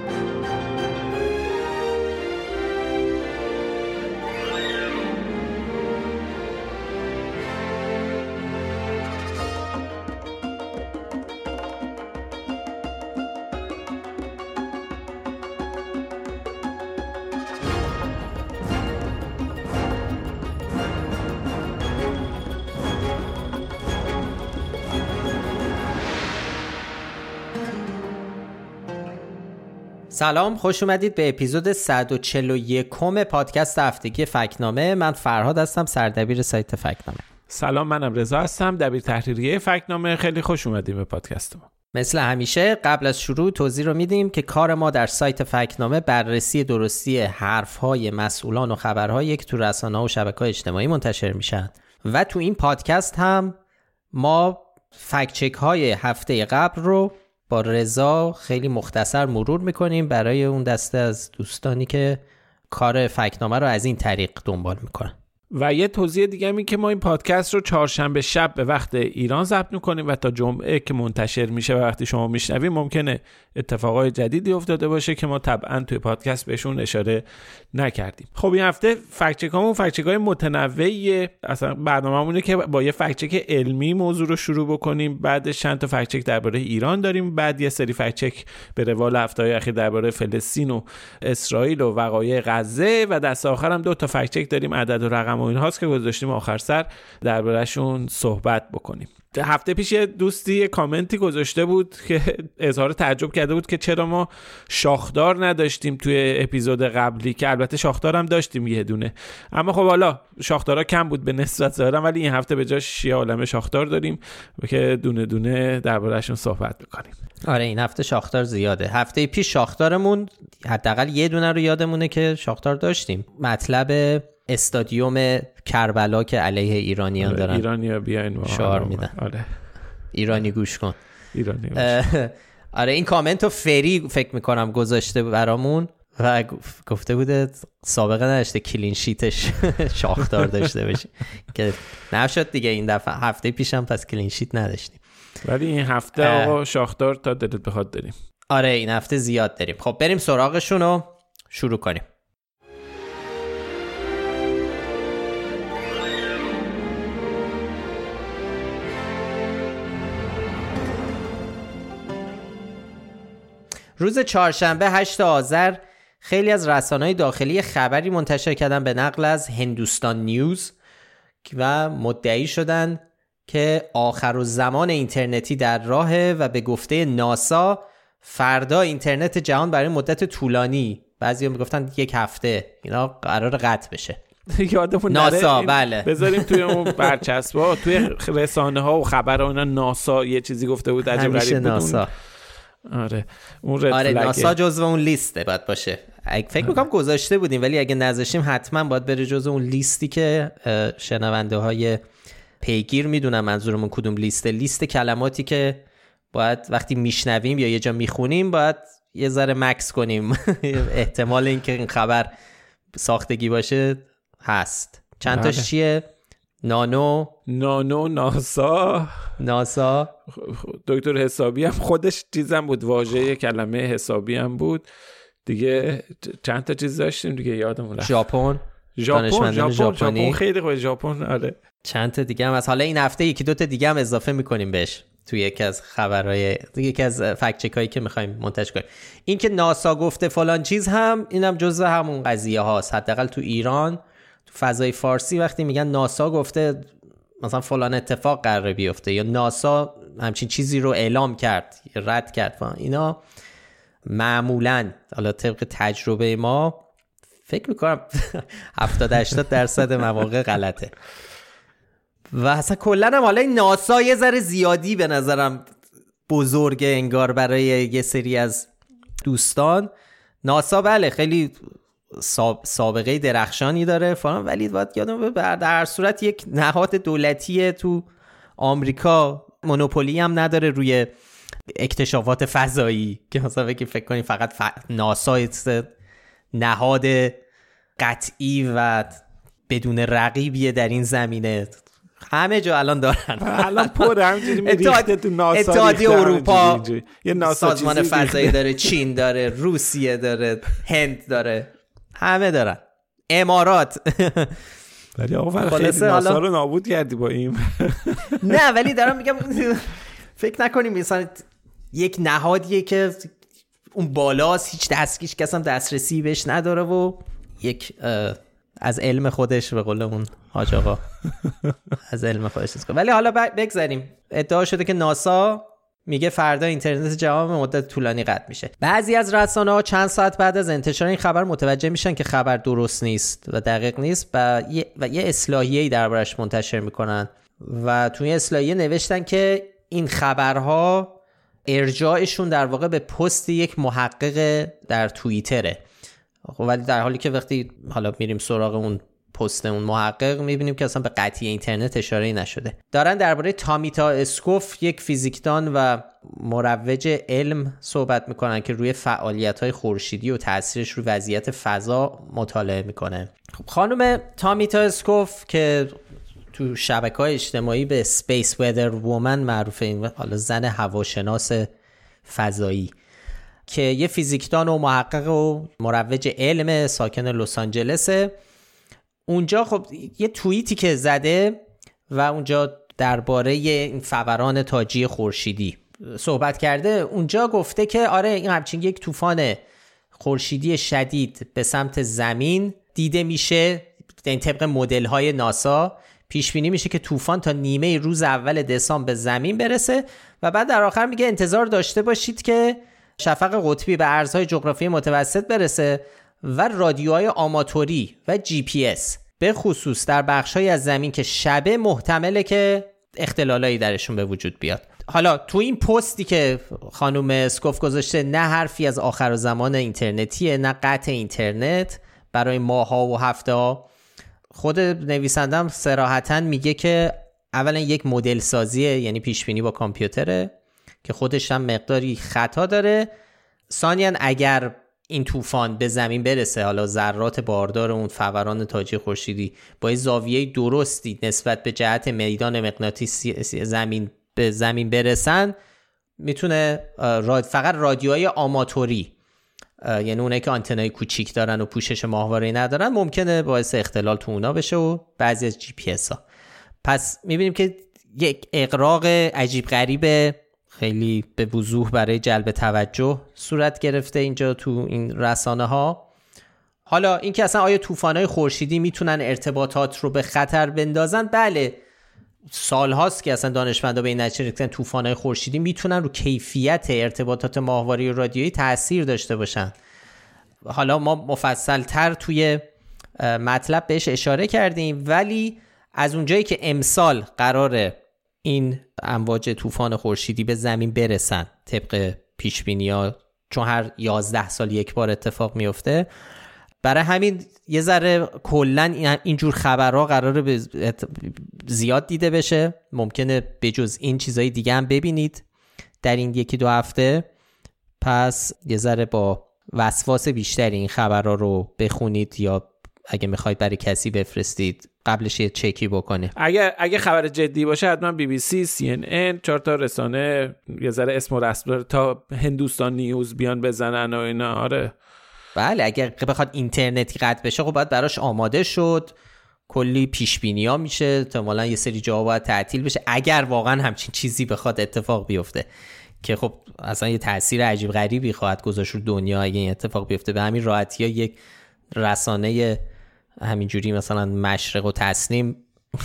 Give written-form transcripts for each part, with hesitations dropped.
سلام، خوش اومدید به اپیزود 141 پادکست هفتگی فکت‌نامه. من فرهاد هستم، سردبیر سایت فکت‌نامه. سلام، منم رضا هستم، دبیر تحریریه فکت‌نامه. خیلی خوش اومدید به پادکست ما. مثل همیشه قبل از شروع توضیح رو میدیم که کار ما در سایت فکت‌نامه بررسی درستی حرف‌های مسئولان و خبرهایی که تو رسانه‌ها و شبکه‌های اجتماعی منتشر میشن و تو این پادکست هم ما فکت چک‌های هفته قبل رو با رضا خیلی مختصر مرور میکنیم برای اون دسته از دوستانی که کار فکت‌نامه رو از این طریق دنبال میکنن. و یه توضیح دیگه این که ما این پادکست رو چهارشنبه شب به وقت ایران ضبط میکنیم و تا جمعه که منتشر میشه و وقتی شما میشنوید ممکنه اتفاقای جدیدی افتاده باشه که ما طبعا توی پادکست بهشون اشاره نکردیم. خب این هفته فکت‌چکامون فکت‌چکای متنوعیه. اصلا برنامه‌مونه که با یه فکت‌چک علمی موضوع رو شروع بکنیم، بعدش چند تا فکت‌چک درباره ایران داریم، بعد یه سری فکت‌چک به روال هفته‌های اخیر درباره فلسطین و اسرائیل و وقایع غزه و دست آخر هم 2 تا فکت‌چک داریم، عدد و رقم و اینهاست که گذاشتیم آخر سر درباره‌شون صحبت بکنیم. هفته پیش یه دوستی کامنتی گذاشته بود که اظهار تعجب کرده بود که چرا ما شاخدار نداشتیم توی اپیزود قبلی، که البته شاخدار هم داشتیم یه دونه، اما خب حالا شاخدارا کم بود به نسبت ظاهرا، ولی این هفته به جاش یه عالمه شاخدار داریم که دونه دونه درباره‌شون صحبت بکنیم. آره این هفته شاخدار زیاده. هفته پیش شاخدارمون حداقل یه دونه رو یادمونه که شاخدار داشتیم. مطلب استادیوم کربلا که علیه ایرانیان دارن، ایرانی‌ها بیاین شعار میدن. آره ایرانی گوش کن. ایرانی آره این کامنت رو فری فکر میکنم گذاشته برامون و گفته بوده سابقه نداشته کلین شیتش شاخدار داشته باشه که نشد دیگه. این دفعه هفته پیشم پس کلین شیت نداشتیم، ولی این هفته آقا شاخدار تا دلت بخواد داریم. آره این هفته زیاد داریم. خب بریم سراغشون و شروع کنیم. روز چهارشنبه 8 آذر خیلی از رسانه‌های داخلی خبری منتشر کردن به نقل از هندوستان نیوز و مدعی شدن که آخرالزمان اینترنتی در راهه و به گفته ناسا فردا اینترنت جهان برای مدت طولانی، بعضی‌ها میگفتن 1 هفته، اینا قرار قطع بشه. یادمون ناسا بله بذاریم توی اون برچسب‌ها توی رسانه‌ها و خبرها اینا ناسا یه چیزی گفته بود عجیب غریب بود. ناسا. آره اون آره ناسا جزو اون لیسته باید باشه. فکر میکنم گذاشته بودیم ولی اگه نذاشتیم حتما باید بره جزو اون لیستی که شنونده های پیگیر میدونن منظورمون کدوم لیست کلماتی که باید وقتی میشنویم یا یه جا میخونیم باید یه ذره مکس کنیم. احتمال اینکه این خبر ساختگی باشه هست. چند تاش چیه؟ نانو ناسا دکتر حسابی هم خودش چیزم بود، واژه کلمه حسابی هم بود دیگه. چند تا چیز داشتیم دیگه یادمون رفت. ژاپن خیلی خوب. ژاپن آره. چند تا دیگه هم از حالا این هفته 1-2 تا دیگه هم اضافه میکنیم بهش توی یکی از خبرهای، یکی از فکت چک هایی که میخوایم منتشر کنیم. این که ناسا گفته فلان چیز هم اینم جزو همون قضیه هاست. حداقل تو ایران تو فضای فارسی وقتی میگن ناسا گفته مثلا فلان اتفاق قراره بیفته یا ناسا همچین چیزی رو اعلام کرد یا رد کرد، اینا معمولاً حالا طبق تجربه ما فکر میکنم 70-80% مواقع غلطه. و اصلا کلاً هم حالا این ناسا یه ذره زیادی به نظرم بزرگه انگار برای یه سری از دوستان. ناسا بله خیلی سابقه درخشانی داره فلان، ولی باید یادم در هر صورت یک نهاد دولتیه تو آمریکا، مونوپولی هم نداره روی اکتشافات فضایی که مثلا فکر کنید فقط ناسا نهاد قطعی و بدون رقیبیه در این زمینه. همه جا الان دارن، الان پر همینجوری میریخته تو ناسا. اتحادیه اروپا، یه ناسا سازمان فضایی داره، چین داره، روسیه داره، هند داره، همه دارن، امارات. ولی آقا خیلی ناسا رو نابود کردی با این. نه ولی دارم میگم فکر نکنیم مثلا یک نهادیه که اون بالاست، هیچ دستگیش کس هم دسترسی بهش نداره و یک از علم خودش، به قول اون حاج آقا از علم خودش است. ولی حالا بگذاریم، ادعا شده که ناسا میگه فردا اینترنت جهان به مدت طولانی قطع میشه. بعضی از رسانه‌ها چند ساعت بعد از انتشار این خبر متوجه میشن که خبر درست نیست و دقیق نیست و یه اصلاحیه‌ای دربارش منتشر میکنن و توی اصلاحیه نوشتن که این خبرها ارجاعشون در واقع به پست یک محقق در توییتره. ولی در حالی که وقتی حالا میریم سراغ اون پست اون محقق میبینیم که اصلا به قطعی اینترنت اشاره‌ای نشده. دارن درباره تامیتا اسکوف، یک فیزیکدان و مروج علم صحبت میکنن که روی فعالیت‌های خورشیدی و تاثیرش روی وضعیت فضا مطالعه میکنه. خب خانم تامیتا اسکوف که تو شبکه‌های اجتماعی به سپیس ویدر وومن معروفه، این حالا زن هواشناس فضایی که یه فیزیکدان و محقق و مروج علم ساکن لس آنجلسه، اونجا خب یه توییتی که زده و اونجا درباره این فوران تاجی خورشیدی صحبت کرده. اونجا گفته که آره این همچین یک طوفان خورشیدی شدید به سمت زمین دیده میشه، این طبق مدل‌های ناسا پیش بینی میشه که طوفان تا نیمه روز اول دسامبر به زمین برسه و بعد در آخر میگه انتظار داشته باشید که شفق قطبی به ارزهای جغرافیایی متوسط برسه و رادیوهای آماتوری و GPS به خصوص در بخش‌های از زمین که شبه محتمله که اختلالایی درشون به وجود بیاد. حالا تو این پستی که خانم اسکوف گذاشته نه حرفی از آخر زمان اینترنتیه نه قطع اینترنت برای ماها و هفته‌ها. خود نویسندم صراحتاً میگه که اولا یک مدل سازیه، یعنی پیش بینی با کامپیوتره که خودش هم مقداری خطا داره. ثانیاً اگر این طوفان به زمین برسه، حالا ذرات باردار اون فوران تاجی خورشیدی با زاویه درستی نسبت به جهت میدان مغناطیسی زمین به زمین برسن، میتونه فقط رادیوهای آماتوری، یعنی اونایی که آنتنای کوچیک دارن و پوشش ماهواره‌ای ندارن، ممکنه باعث اختلال تو اونا بشه و بعضی از GPS ها. پس میبینیم که یک اغراق عجیب غریب خیلی به وضوح برای جلب توجه صورت گرفته اینجا تو این رسانه ها. حالا این که اصلا آیا طوفان‌های خورشیدی میتونن ارتباطات رو به خطر بندازن؟ بله، سال هاست که اصلا دانشمندا به این نتیجه رسیدن طوفان‌های خورشیدی میتونن رو کیفیت ارتباطات ماهواره‌ای و رادیویی تأثیر داشته باشن. حالا ما مفصل‌تر توی مطلب بهش اشاره کردیم، ولی از اونجایی که امسال قراره این امواج طوفان خورشیدی به زمین برسن طبق پیش‌بینی‌ها، چون هر 11 سال یک بار اتفاق میفته، برای همین یه ذره کلن اینجور خبرها قراره زیاد دیده بشه. ممکنه به جز این چیزای دیگه هم ببینید در این 1-2 هفته. پس یه ذره با وسواس بیشتری این خبرها رو بخونید یا اگه میخواید برای کسی بفرستید قبلش یه چکی بکنه. اگه خبر جدی باشه حتما BBC، CNN، 4 تا رسانه یه ذره اسم و رسم داره تا هندوستان نیوز بیان بزنن و اینا. آره بله، اگه بخواد اینترنتی قطع بشه خب باید براش آماده شد، کلی پیش بینی ها میشه، احتمالاً یه سری جاها باید تعطیل بشه اگر واقعا همچین چیزی بخواد اتفاق بیفته، که خب اصلا یه تاثیر عجیب غریبی خواهد گذاشت رو دنیا اگه این اتفاق بیفته. به همین راحتی ها یک رسانه همینجوری مثلا مشرق و تسنیم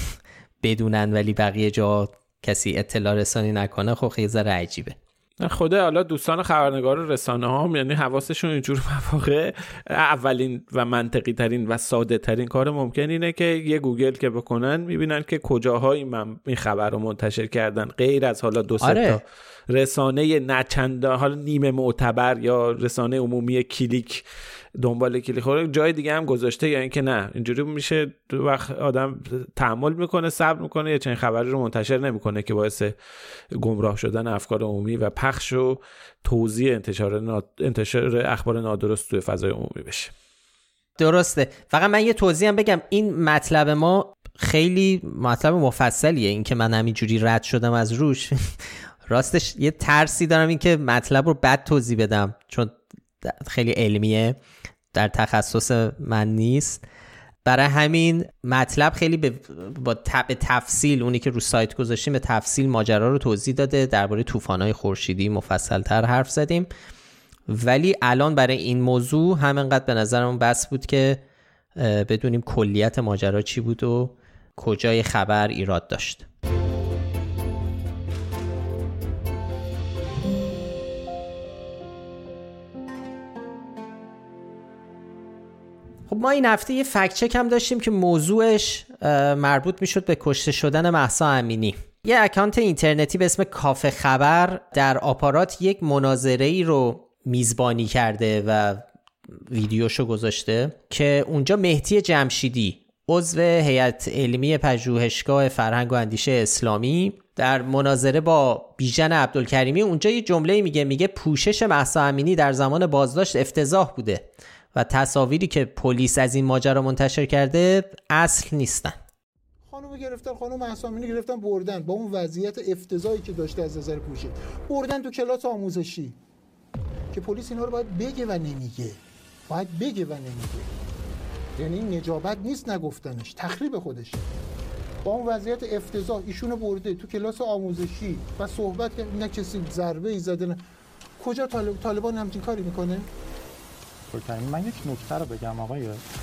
بدونن ولی بقیه جا کسی اطلاع رسانی نکنه، خب خیلی ذره عجیبه. خدا حالا دوستان خبرنگار و رسانه ها یعنی حواسشون اینجور مواقع اولین و منطقی ترین و ساده ترین کار ممکن اینه که یه گوگل که بکنن میبینن که کجاها این خبر رو منتشر کردن، غیر از حالا 2-3 تا رسانه نچند حالا نیمه معتبر یا رسانه عمومی کلیک دنبال کلیک خوره جای دیگه هم گذاشته، یا اینکه نه اینجوری میشه وقت آدم تحمل میکنه، صبر میکنه، یه چنین خبری رو منتشر نمیکنه که باعث گمراه شدن افکار عمومی و پخش و توزیع انتشار اخبار نادرست توی فضای عمومی بشه. درسته. فقط من یه توضیح هم بگم، این مطلب ما خیلی مطلب مفصلیه، این که من همینجوری رد شدم از روش راستش یه ترسی دارم این که مطلب رو بد توضیح بدم، چون خیلی علمیه، در تخصص من نیست. برای همین مطلب خیلی به تفصیل، اونی که رو سایت گذاشتیم به تفصیل ماجرا رو توضیح داده، درباره طوفان‌های خورشیدی مفصل‌تر حرف زدیم. ولی الان برای این موضوع همینقدر به نظرم بس بود که بدونیم کلیت ماجرا چی بود و کجای خبر ایراد داشت. خب ما این هفته یه فکت چک هم داشتیم که موضوعش مربوط میشد به کشته شدن مهسا امینی. یه اکانت اینترنتی به اسم کافه خبر در آپارات یک مناظره‌ای رو میزبانی کرده و ویدیوشو گذاشته که اونجا مهدی جمشیدی، عضو هیئت علمی پژوهشگاه فرهنگ و اندیشه اسلامی، در مناظره با بیژن عبدالکریمی اونجا یه جمله میگه پوشش مهسا امینی در زمان بازداشت افتضاح بوده و تصاویری که پلیس از این ماجرا منتشر کرده اصل نیستن. خانم گرفتن، خانم مهسا امینی گرفتن بردن با اون وضعیت افتضاحی که داشته از نظر پوشش، بردن تو کلاس آموزشی که پلیس اینا رو باید بگه و نمیگه، باید بگه و نمیگه. یعنی این نجابت نیست نگفتنش، تخریب خودشه. با اون وضعیت افتضاح ایشونو برده تو کلاس آموزشی و صحبت که نه کسی ضربه ای زده، کجا طالبان همچین کاری میکنه؟ من یک نکته رو بگم آقای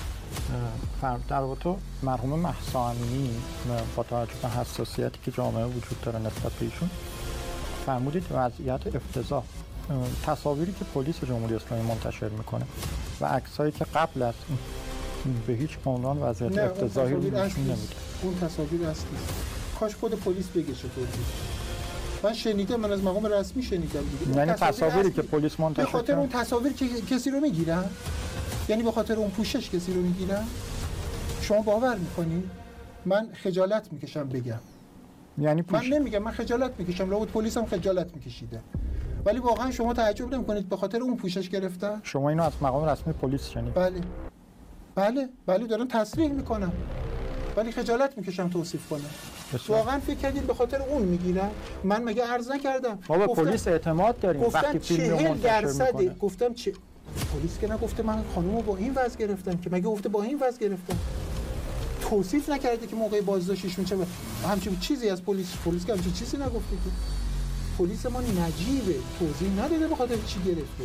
در واقع مرحوم مهسا امینی با توجه به حساسیتی که جامعه وجود داره نسبت به ایشون فرمودید وضعیت افتضاح، تصاویری که پلیس جمهوری اسلامی منتشر میکنه و عکسایی که قبل از به هیچ عنوان وضعیت افتضاحی رو نشون نمیده. اون تصاویر اصلی کاش خود پلیس بگه چطور. من شنیدم، من از مقام رسمی شنیدم دیگه. یعنی تصاویری که پلیس منتشر به خاطر اون تصاویر که کسی رو میگیرن، یعنی به خاطر اون پوشش کسی رو میگیرن. شما باور میکنی؟ من خجالت میکشم بگم، یعنی من نمیگم، من خجالت میکشم، لابد پلیس هم خجالت میکشیده، ولی واقعا شما تعجب نمیکنید به خاطر اون پوشش گرفتن؟ شما اینو از مقام رسمی پلیس شنید؟ بله دارم تصریح میکنم، ولی خجالت میکشم توصیف کنم. واقعا فکر کردید به خاطر اون میگیرن؟ من مگه عرض نکردم؟ ما به پلیس اعتماد داریم. وقتی فیلم رو منتشر میکنه گفتم پلیس که نگفته من خانومو با این وضع گرفتم، که مگه گفته با این وضع گرفتم؟ توصیف نکرده که موقع بازداشتش میشه همچین چیزی از پلیس که همچین چیزی نگفته که. پلیس ما نجیبه، توضیح نداده به خاطر چی گرفته.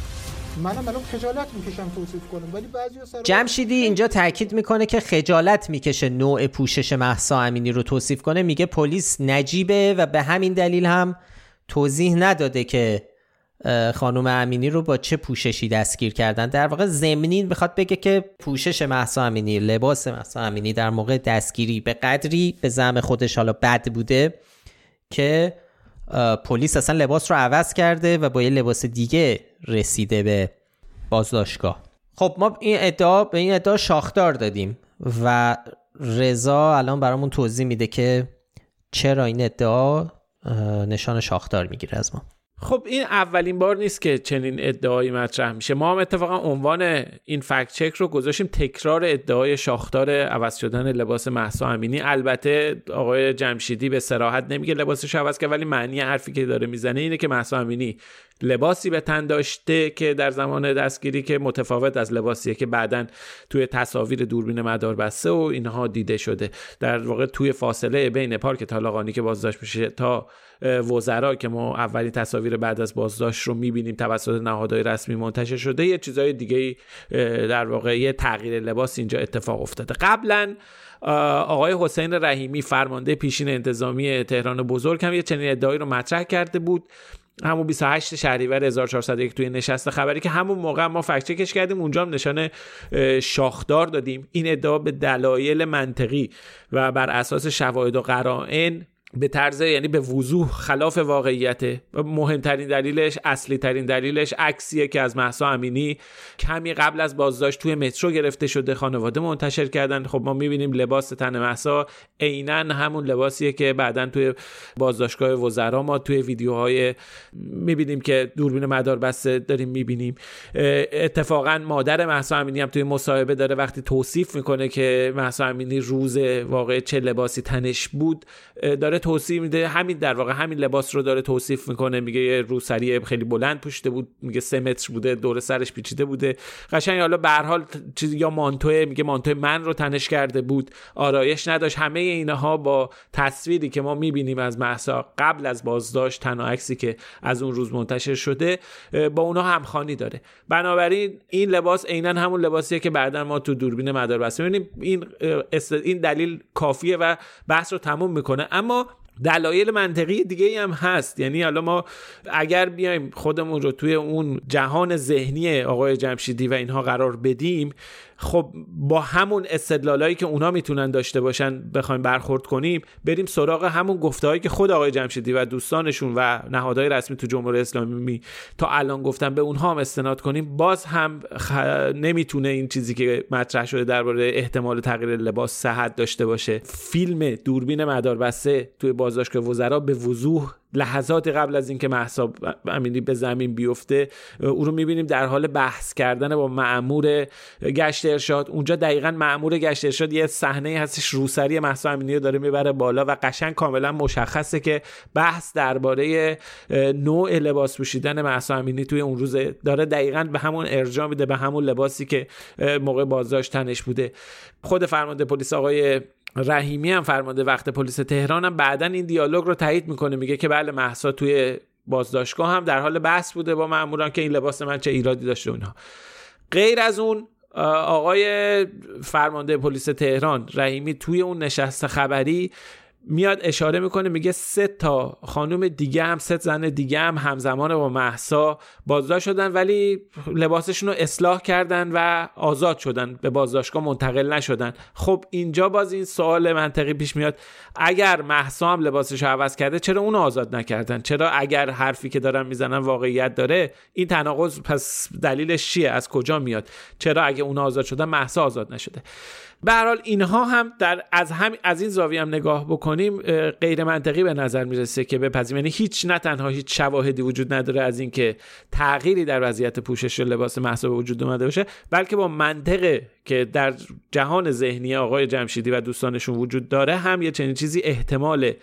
منم الان خجالت میکشم توصیف کنم، ولی بعضیا جمشیدی اینجا تاکید میکنه که خجالت میکشه نوع پوشش مهسا امینی رو توصیف کنه. میگه پلیس نجیبه و به همین دلیل هم توضیح نداده که خانم امینی رو با چه پوششی دستگیر کردن. در واقع ضمنی میخواد بگه که پوشش مهسا امینی، لباس مهسا امینی در موقع دستگیری به قدری به زعم خودش حالا بد بوده که پلیس اصلا لباس رو عوض کرده و با یه لباس دیگه رسیده به بازداشتگاه. خب ما به این ادعا شاخدار دادیم و رضا الان برامون توضیح میده که چرا این ادعا نشان شاخدار میگیره از ما. خب این اولین بار نیست که چنین ادعایی مطرح میشه. ما هم اتفاقا عنوان این فکت چک رو گذاشتیم تکرار ادعای شاخدار عوض شدن لباس مهسا امینی. البته آقای جمشیدی به صراحت نمیگه لباسش عوض کرد، ولی معنی حرفی که داره میزنه اینه که مهسا امینی لباسی به تن داشته که در زمان دستگیری که متفاوت از لباسیه که بعداً توی تصاویر دوربین مداربسته و اینها دیده شده. در واقع توی فاصله بین پارک طالقانی که بازداشت میشه تا وزرا که ما اولین تصاویر بعد از بازداشت رو میبینیم توسط نهادهای رسمی منتشر شده، یه چیزای دیگه در واقع یه تغییر لباس اینجا اتفاق افتاده. قبلا آقای حسین رحیمی فرمانده پیشین انتظامی تهران بزرگ هم یه چنین ادعایی رو مطرح کرده بود، همون 28 شهریور 1401 توی نشست خبری که همون موقع ما فکت چکش کردیم. اونجا هم نشان شاخدار دادیم. این ادعا به دلایل منطقی و بر اساس شواهد و قرائن به طرز یعنی به وضوح خلاف واقعیته. مهمترین دلیلش، اصلی ترین دلیلش عکسیه که از مهسا امینی کمی قبل از بازداشت توی مترو گرفته شده، خانواده منتشر کردن. خب ما میبینیم لباس تن مهسا عیناً همون لباسیه که بعداً توی بازداشتگاه وزرا ما توی ویدیوهای میبینیم که دوربین مداربسته داریم میبینیم. اتفاقاً مادر مهسا امینی هم توی مصاحبه داره وقتی توصیف میکنه که مهسا امینی روز واقع چه لباسی تنش بود، داره توصیف میده، همین در واقع همین لباس رو داره توصیف میکنه. میگه یه روسری خیلی بلند پوشیده بود، میگه 3 متر بوده، دور سرش پیچیده بوده، قشنگ حالا به هر حال چیزی، یا مانتوی، میگه مانتوی من رو تنش کرده بود، آرایش نداشت. همه اینها با تصویری که ما میبینیم از مهسا قبل از بازداشت، تنها عکسی که از اون روز منتشر شده، با اونها همخوانی داره. بنابراین این لباس عیناً همون لباسیه که بعداً ما تو دوربین مداربسته میبینیم. این دلیل کافیه و بحث رو تموم میکنه. اما دلایل منطقی دیگه هم هست. یعنی حالا ما اگر بیایم خودمون رو توی اون جهان ذهنی آقای جمشیدی و اینها قرار بدیم، خب با همون استدلالایی که اونا میتونن داشته باشن بخوایم برخورد کنیم، بریم سراغ همون گفته‌هایی که خود آقای جمشیدی و دوستانشون و نهادهای رسمی تو جمهوری اسلامی تا الان گفتن، به اونها هم استناد کنیم، باز هم نمیتونه این چیزی که مطرح شده درباره احتمال تغییر لباس صحت داشته باشه. فیلم دوربین مداربسته توی بازداشتگاه وزرا به وضوح لحظات قبل از اینکه مهسا امینی به زمین بیفته او رو میبینیم در حال بحث کردن با مأمور گشت ارشاد. اونجا دقیقاً مأمور گشت ارشاد یه صحنه هستش روسری مهسا امینی رو داره میبره بالا و قشنگ کاملا مشخصه که بحث درباره نوع لباس پوشیدن مهسا امینی توی اون روز داره دقیقاً به همون ارجاع میده، به همون لباسی که موقع بازداشت تنش بوده. خود فرمانده پلیس آقای رحیمی هم، فرمانده وقت پلیس تهران، هم بعداً این دیالوگ رو تایید میکنه، میگه که بله مهسا توی بازداشتگاه هم در حال بحث بوده با مأموران که این لباس من چه ایرادی داشته اونها. غیر از اون آقای فرمانده پلیس تهران رحیمی توی اون نشست خبری میاد اشاره میکنه، میگه 3 تا خانم دیگه هم 3 زن دیگه هم همزمان با مهسا بازداشت شدن ولی لباسشون رو اصلاح کردن و آزاد شدن، به بازداشتگاه منتقل نشدن. خب اینجا باز این سوال منطقی پیش میاد، اگر مهسا هم لباسش رو عوض کرده چرا اون آزاد نکردن؟ چرا اگر حرفی که دارن میزنن واقعیت داره، این تناقض پس دلیلش چیه؟ از کجا میاد؟ چرا اگه اون آزاد شدن مهسا آزاد نشده؟ به هر حال اینها هم از این زاویه هم نگاه بکنیم غیر منطقی به نظر میرسه که بپذیریم. یعنی نه تنها هیچ شواهدی وجود نداره از این که تغییری در وضعیت پوشش لباس مهسا به وجود اومده باشه، بلکه با منطقه که در جهان ذهنی آقای جمشیدی و دوستانشون وجود داره هم یه چنین چیزی احتمال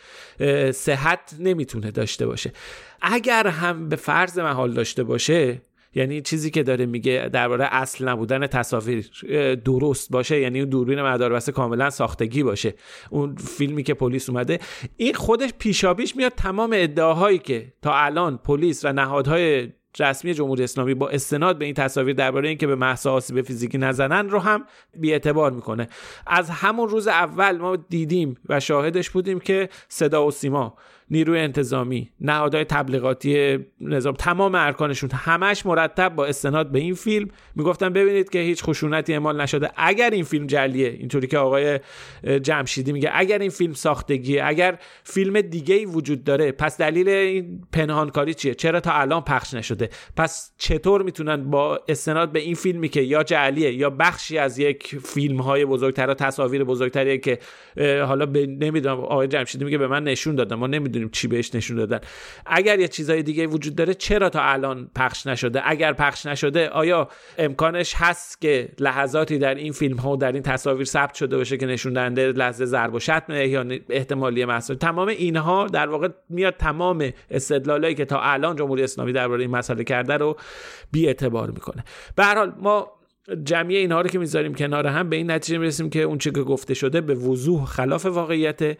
صحت نمیتونه داشته باشه. اگر هم به فرض محال داشته باشه، یعنی چیزی که داره میگه درباره اصل نبودن تصاویر درست باشه، یعنی اون دوربین مداربسته کاملا ساختگی باشه، اون فیلمی که پلیس اومده، این خودش پیشاپیش میاد تمام ادعاهایی که تا الان پلیس و نهادهای رسمی جمهوری اسلامی با استناد به این تصاویر درباره این که به مهسا آسیب فیزیکی نزنن رو هم بی‌اعتبار میکنه. از همون روز اول ما دیدیم و شاهدش بودیم که صدا و سیما، نیروی انتظامی، نهادهای تبلیغاتی نظام، تمام ارکانشون همش مرتب با استناد به این فیلم میگفتن ببینید که هیچ خشونتی اعمال نشده. اگر این فیلم جعلیه، اینطوری که آقای جمشیدی میگه، اگر این فیلم ساختگیه، اگر فیلم دیگه‌ای وجود داره، پس دلیل این پنهانکاری چیه؟ چرا تا الان پخش نشده؟ پس چطور میتونن با استناد به این فیلمی که یا جعلیه یا بخشی از یک فیلم‌های بزرگتر، تصاویر بزرگتری که حالا نمیدونم آقای جمشیدی میگه به من نشون دادن، ما نمیدونیم چی بهش نشون دادن، اگر یه چیزای دیگه وجود داره چرا تا الان پخش نشده؟ اگر پخش نشده آیا امکانش هست که لحظاتی در این فیلم ها و در این تصاویر ثبت شده باشه که نشون دهنده لحظه ضرب و شتم یا احتمالی مسئله؟ تمام اینها در واقع میاد تمام استدلالایی که تا الان جمهوری اسلامی درباره این مسئله کرده رو بی اعتبار میکنه. به هر حال ما جمعی اینها رو که میذاریم کنار هم به این نتیجه میرسیم که اون چیزی که گفته شده به وضوح خلاف واقعیت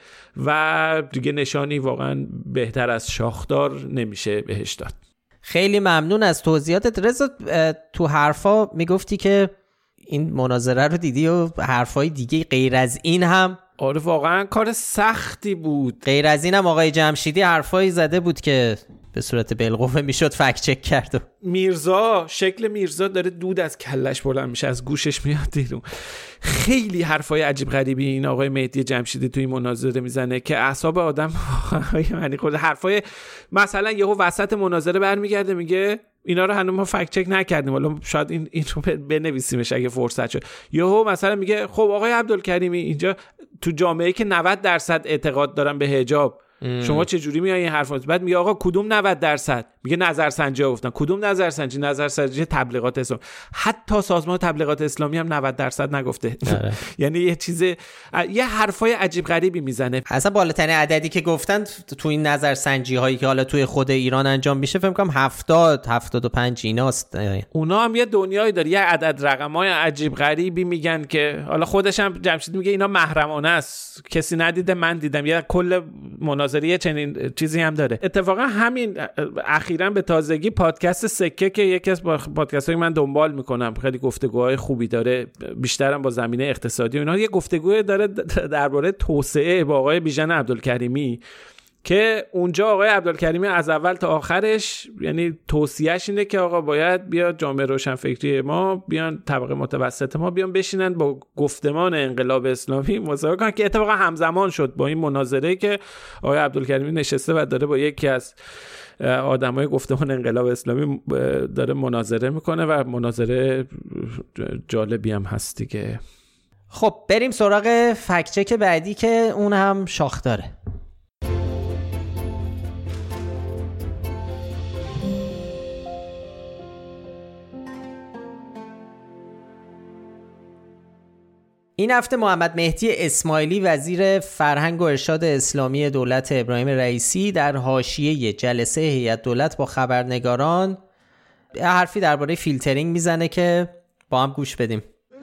و دیگه نشانی واقعا بهتر از شاخدار نمیشه بهش داد. خیلی ممنون از توضیحاتت رضا. تو حرفا میگفتی که این مناظره رو دیدی و حرفای دیگه غیر از این هم آره واقعا کار سختی بود. غیر از اینم آقای جمشیدی حرفایی زده بود که به صورت بالقوه میشد فکت چک کرد. شکل میرزا داره دود از کلش بلند میشه، از گوشش میاد بیرون. خیلی حرفای عجیب غریبی این آقای مهدی جمشیدی توی مناظره میزنه که اعصاب آدم یعنی خود حرفای مثلا یهو وسط مناظره برمیگرده میگه اینا رو هنوز ما فکت چک نکردیم، حالا شاید این رو بنویسیمش اگه فرصت شد. یهو مثلا میگه خب آقای عبدالکریمی اینجا تو جامعه که 90% اعتقاد دارن به حجاب، شما چه جوری میای این حرفا؟ بعد میگه آقا کدوم 90%؟ میگه نظرسنجی ها گفتن. کدوم نظرسنجی تبلیغات اسلام. حتی سازمان تبلیغات اسلامی هم 90% نگفته. یعنی یه حرفای عجیب غریبی میزنه. اصلا بالاترین عددی که گفتن تو این نظرسنجی هایی که حالا توی خود ایران انجام میشه فکر کنم 70-75 ایناست. اونا هم یه دنیایی داره، یه عدد رقمای عجیب غریبی میگن که حالا خودش هم جمشید میگه اینا محرمانه است، کسی ندیده، من دیدم. یه کل مناظره چنین چیزی هم داره. اتفاقا همین اخیراً به تازگی پادکست سکه که یکی از پادکست‌های من دنبال میکنم، خیلی گفتگوهای خوبی داره، بیشترم با زمینه اقتصادی و اینا، یه گفتگوی داره درباره توسعه با آقای بیژن عبدالکریمی که اونجا آقای عبدالکریمی از اول تا آخرش یعنی توصیهش اینه که آقا باید بیاد جامعه روشنفکری ما بیان، طبقه متوسط ما بیان بشینن با گفتمان انقلاب اسلامی مصاحبه کنن، که اتفاقا همزمان شد با این مناظره که آقای عبدالکریمی نشسته و داره با یکی از آدمای گفتمان انقلاب اسلامی داره مناظره میکنه و مناظره جالبی هم هست دیگه. خب بریم سراغ فکت چک بعدی که اون هم شاخ داره. این هفته محمد مهدی اسماعیلی وزیر فرهنگ و ارشاد اسلامی دولت ابراهیم رئیسی در حاشیه جلسه هیئت دولت با خبرنگاران حرفی درباره فیلترینگ میزنه که با هم گوش بدیم.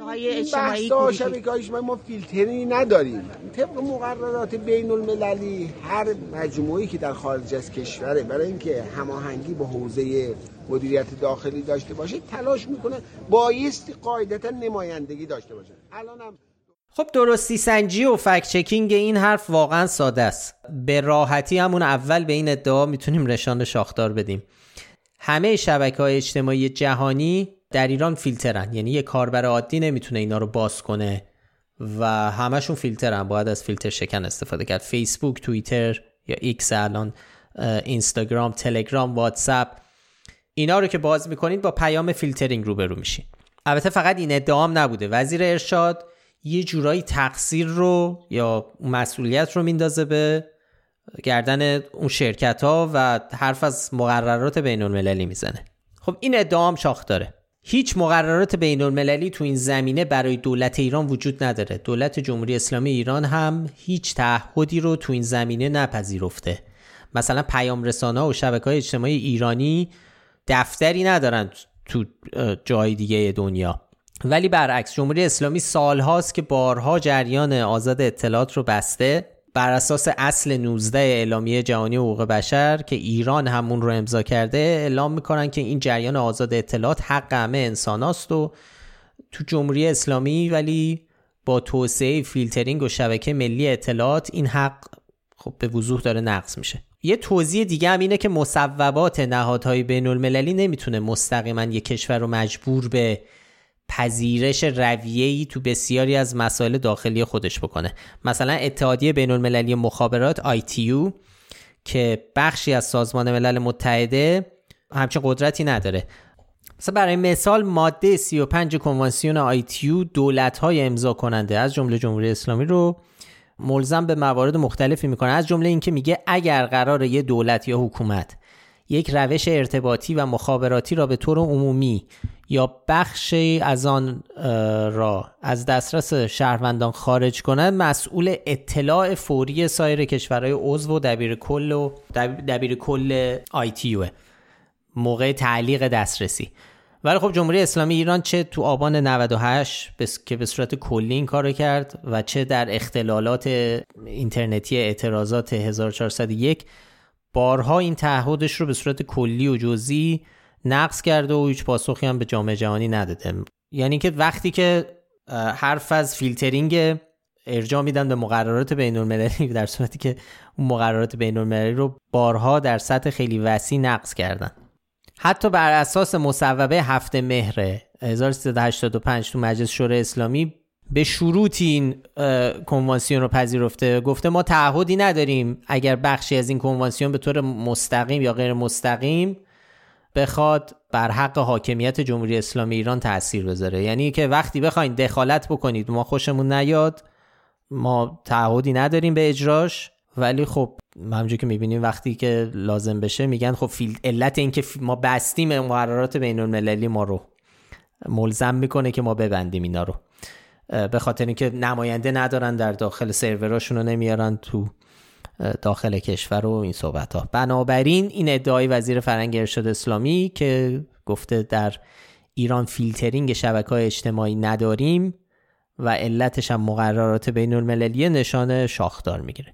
بحثا شبکه‌های ما فیلترینگی نداریم. طبق مقررات بین المللی هر مجموعه‌ای که در خارج از کشوره برای اینکه هماهنگی با حوزه مدیریت داخلی داشته باشه تلاش میکنه بایستی قاعدتا نمایندگی داشته باشه. الانم خب درستی سنجی و فکت چکینگ این حرف واقعا ساده است. به راحتی همون اول به این ادعا میتونیم نشان شاخدار بدیم. همه شبکه‌های اجتماعی جهانی در ایران فیلترن، یعنی یه کاربر عادی نمیتونه اینا رو باز کنه و همشون فیلترن، باید از فیلتر شکن استفاده کرد. فیسبوک، توییتر یا ایکس، الان اینستاگرام، تلگرام، واتساپ، اینا رو که باز میکنید با پیام فیلترینگ روبرو میشین. البته فقط این ادعام نبوده، وزیر ارشاد یه جورایی تقصیر رو یا مسئولیت رو میندازه به گردن اون شرکت ها و حرف از مقررات بین المللی میزنه. خب این ادعام شاخ داره. هیچ مقررات بین المللی تو این زمینه برای دولت ایران وجود نداره. دولت جمهوری اسلامی ایران هم هیچ تعهدی رو تو این زمینه نپذیرفته. مثلا پیام رسانه‌ها و شبکه‌های اجتماعی ایرانی دفتری ندارن تو جای دیگه دنیا، ولی برعکس جمهوری اسلامی سالهاست که بارها جریان آزاد اطلاعات رو بسته بر اساس اصل 19 اعلامیه جهانی حقوق بشر که ایران همون رو امضا کرده. اعلام میکنن که این جریان آزاد اطلاعات حق همه انساناست و تو جمهوری اسلامی ولی با توسعه فیلترینگ و شبکه ملی اطلاعات این حق خب به وضوح داره نقض میشه. یه توضیح دیگه هم اینه که مصوبات نهادهای بین المللی نمیتونه مستقیما یک کشور رو مجبور به پذیرش رویه‌ای تو بسیاری از مسائل داخلی خودش بکنه. مثلا اتحادیه بین المللی مخابرات ITU که بخشی از سازمان ملل متحده همچین قدرتی نداره. مثلا برای مثال ماده 35 کنوانسیون ITU دولت‌های امضا کننده از جمله جمهوری اسلامی رو ملزم به موارد مختلفی میکنه، از جمله این که میگه اگر قراره یه دولت یا حکومت یک روش ارتباطی و مخابراتی را به طور عمومی یا بخشی از آن را از دسترس شهروندان خارج کنند، مسئول اطلاع فوری سایر کشورهای عضو و دبیر کل ITU موقع تعلیق دسترسی. ولی خب جمهوری اسلامی ایران چه تو آبان 98 که به صورت کلی این کارو کرد و چه در اختلالات اینترنتی اعتراضات 1401 بارها این تعهدش رو به صورت کلی و جزئی نقض کرده و هیچ پاسخی هم به جامعه جهانی نداده. یعنی که وقتی که حرف از فیلترینگ ارجاع میدن به مقررات بین‌المللی، در صورتی که اون مقررات بین‌المللی رو بارها در سطح خیلی وسیع نقض کردن. حتی بر اساس مصوبه 7 مهر 1385 تو مجلس شورای اسلامی به شروطی این کنوانسیون رو پذیرفته، گفته ما تعهدی نداریم اگر بخشی از این کنوانسیون به طور مستقیم یا غیر مستقیم بخواد بر حق حاکمیت جمهوری اسلامی ایران تأثیر بذاره. یعنی که وقتی بخواید دخالت بکنید ما خوشمون نیاد، ما تعهدی نداریم به اجراش، ولی خب همونجوری که میبینیم وقتی که لازم بشه میگن خب علت این که ما بستیم مقررات بین‌المللی ما رو ملزم میکنه که ما ببندیم اینا رو، به خاطر اینکه نماینده ندارن در داخل سروراشون رو نمیارن تو داخل کشور و این صحبت ها. بنابراین این ادعای وزیر فرهنگ ارشاد اسلامی که گفته در ایران فیلترینگ شبکه‌های اجتماعی نداریم و علتش هم مقررات بین‌المللی نشانه شاخدار میگیره.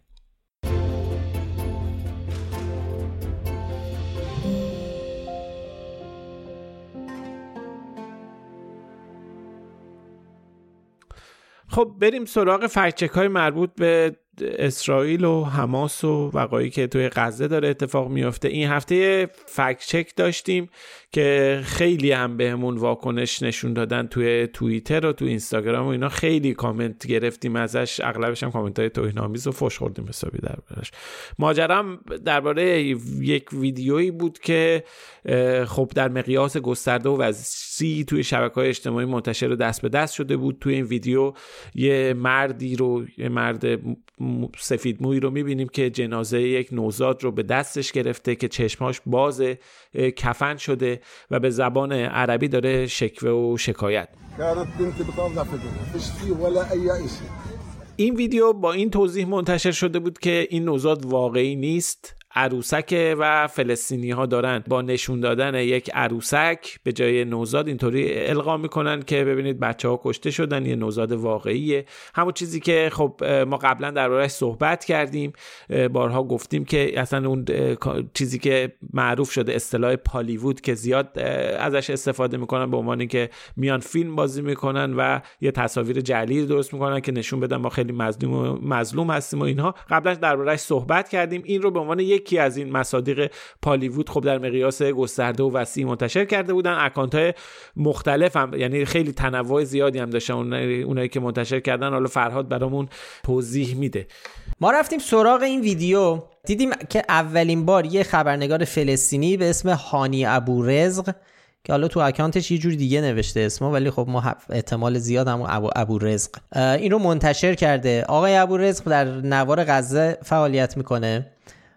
خب بریم سراغ فکت‌چک‌های مربوط به اسرائیل و حماس و وقایعی که توی غزه داره اتفاق میفته. این هفته فکت‌چک داشتیم که خیلی هم بهمون واکنش نشون دادن توی توییتر و تو اینستاگرام و اینا، خیلی کامنت گرفتیم ازش، اغلبش هم کامنت‌های توهین‌آمیز و فحش خوردیم حسابی دربارش. ماجرام درباره یک ویدیویی بود که خب در مقیاس گسترده و وسیع توی شبکه‌های اجتماعی منتشر و دست به دست شده بود. توی این ویدیو یه مرد سفید موی رو میبینیم که جنازه یک نوزاد رو به دستش گرفته که چشماش بازه، کفن شده و به زبان عربی داره شکوه و شکایت. این ویدیو با این توضیح منتشر شده بود که این نوزاد واقعی نیست، عروسک و فلسطینی ها دارن با نشون دادن یک عروسک به جای نوزاد اینطوری القا میکنن که ببینید بچه ها کشته شدن، یه نوزاد واقعیه. همون چیزی که خب ما قبلا درباره‌اش صحبت کردیم، بارها گفتیم که اصلا اون چیزی که معروف شده اصطلاح پالیوود که زیاد ازش استفاده میکنن به عنوان که میان فیلم بازی میکنن و یه تصاویر جعلی درست میکنن که نشون بدن ما خیلی مظلوم هستیم و اینها، قبلا درباره‌اش صحبت کردیم. این رو به عنوان یکی از این مصادیق پالیوود خب در مقیاس گسترده و وسیع منتشر کرده بودن. اکانت‌های مختلف هم، یعنی خیلی تنوع زیادی هم داشتن اونایی که منتشر کردن. حالا فرهاد برامون توضیح میده. ما رفتیم سراغ این ویدیو، دیدیم که اولین بار یه خبرنگار فلسطینی به اسم هانی ابورزق که حالا تو اکانتش یه جور دیگه نوشته اسمو، ولی خب ما احتمال زیاد هم ابورزق این رو منتشر کرده. آقای ابورزق در نوار غزه فعالیت میکنه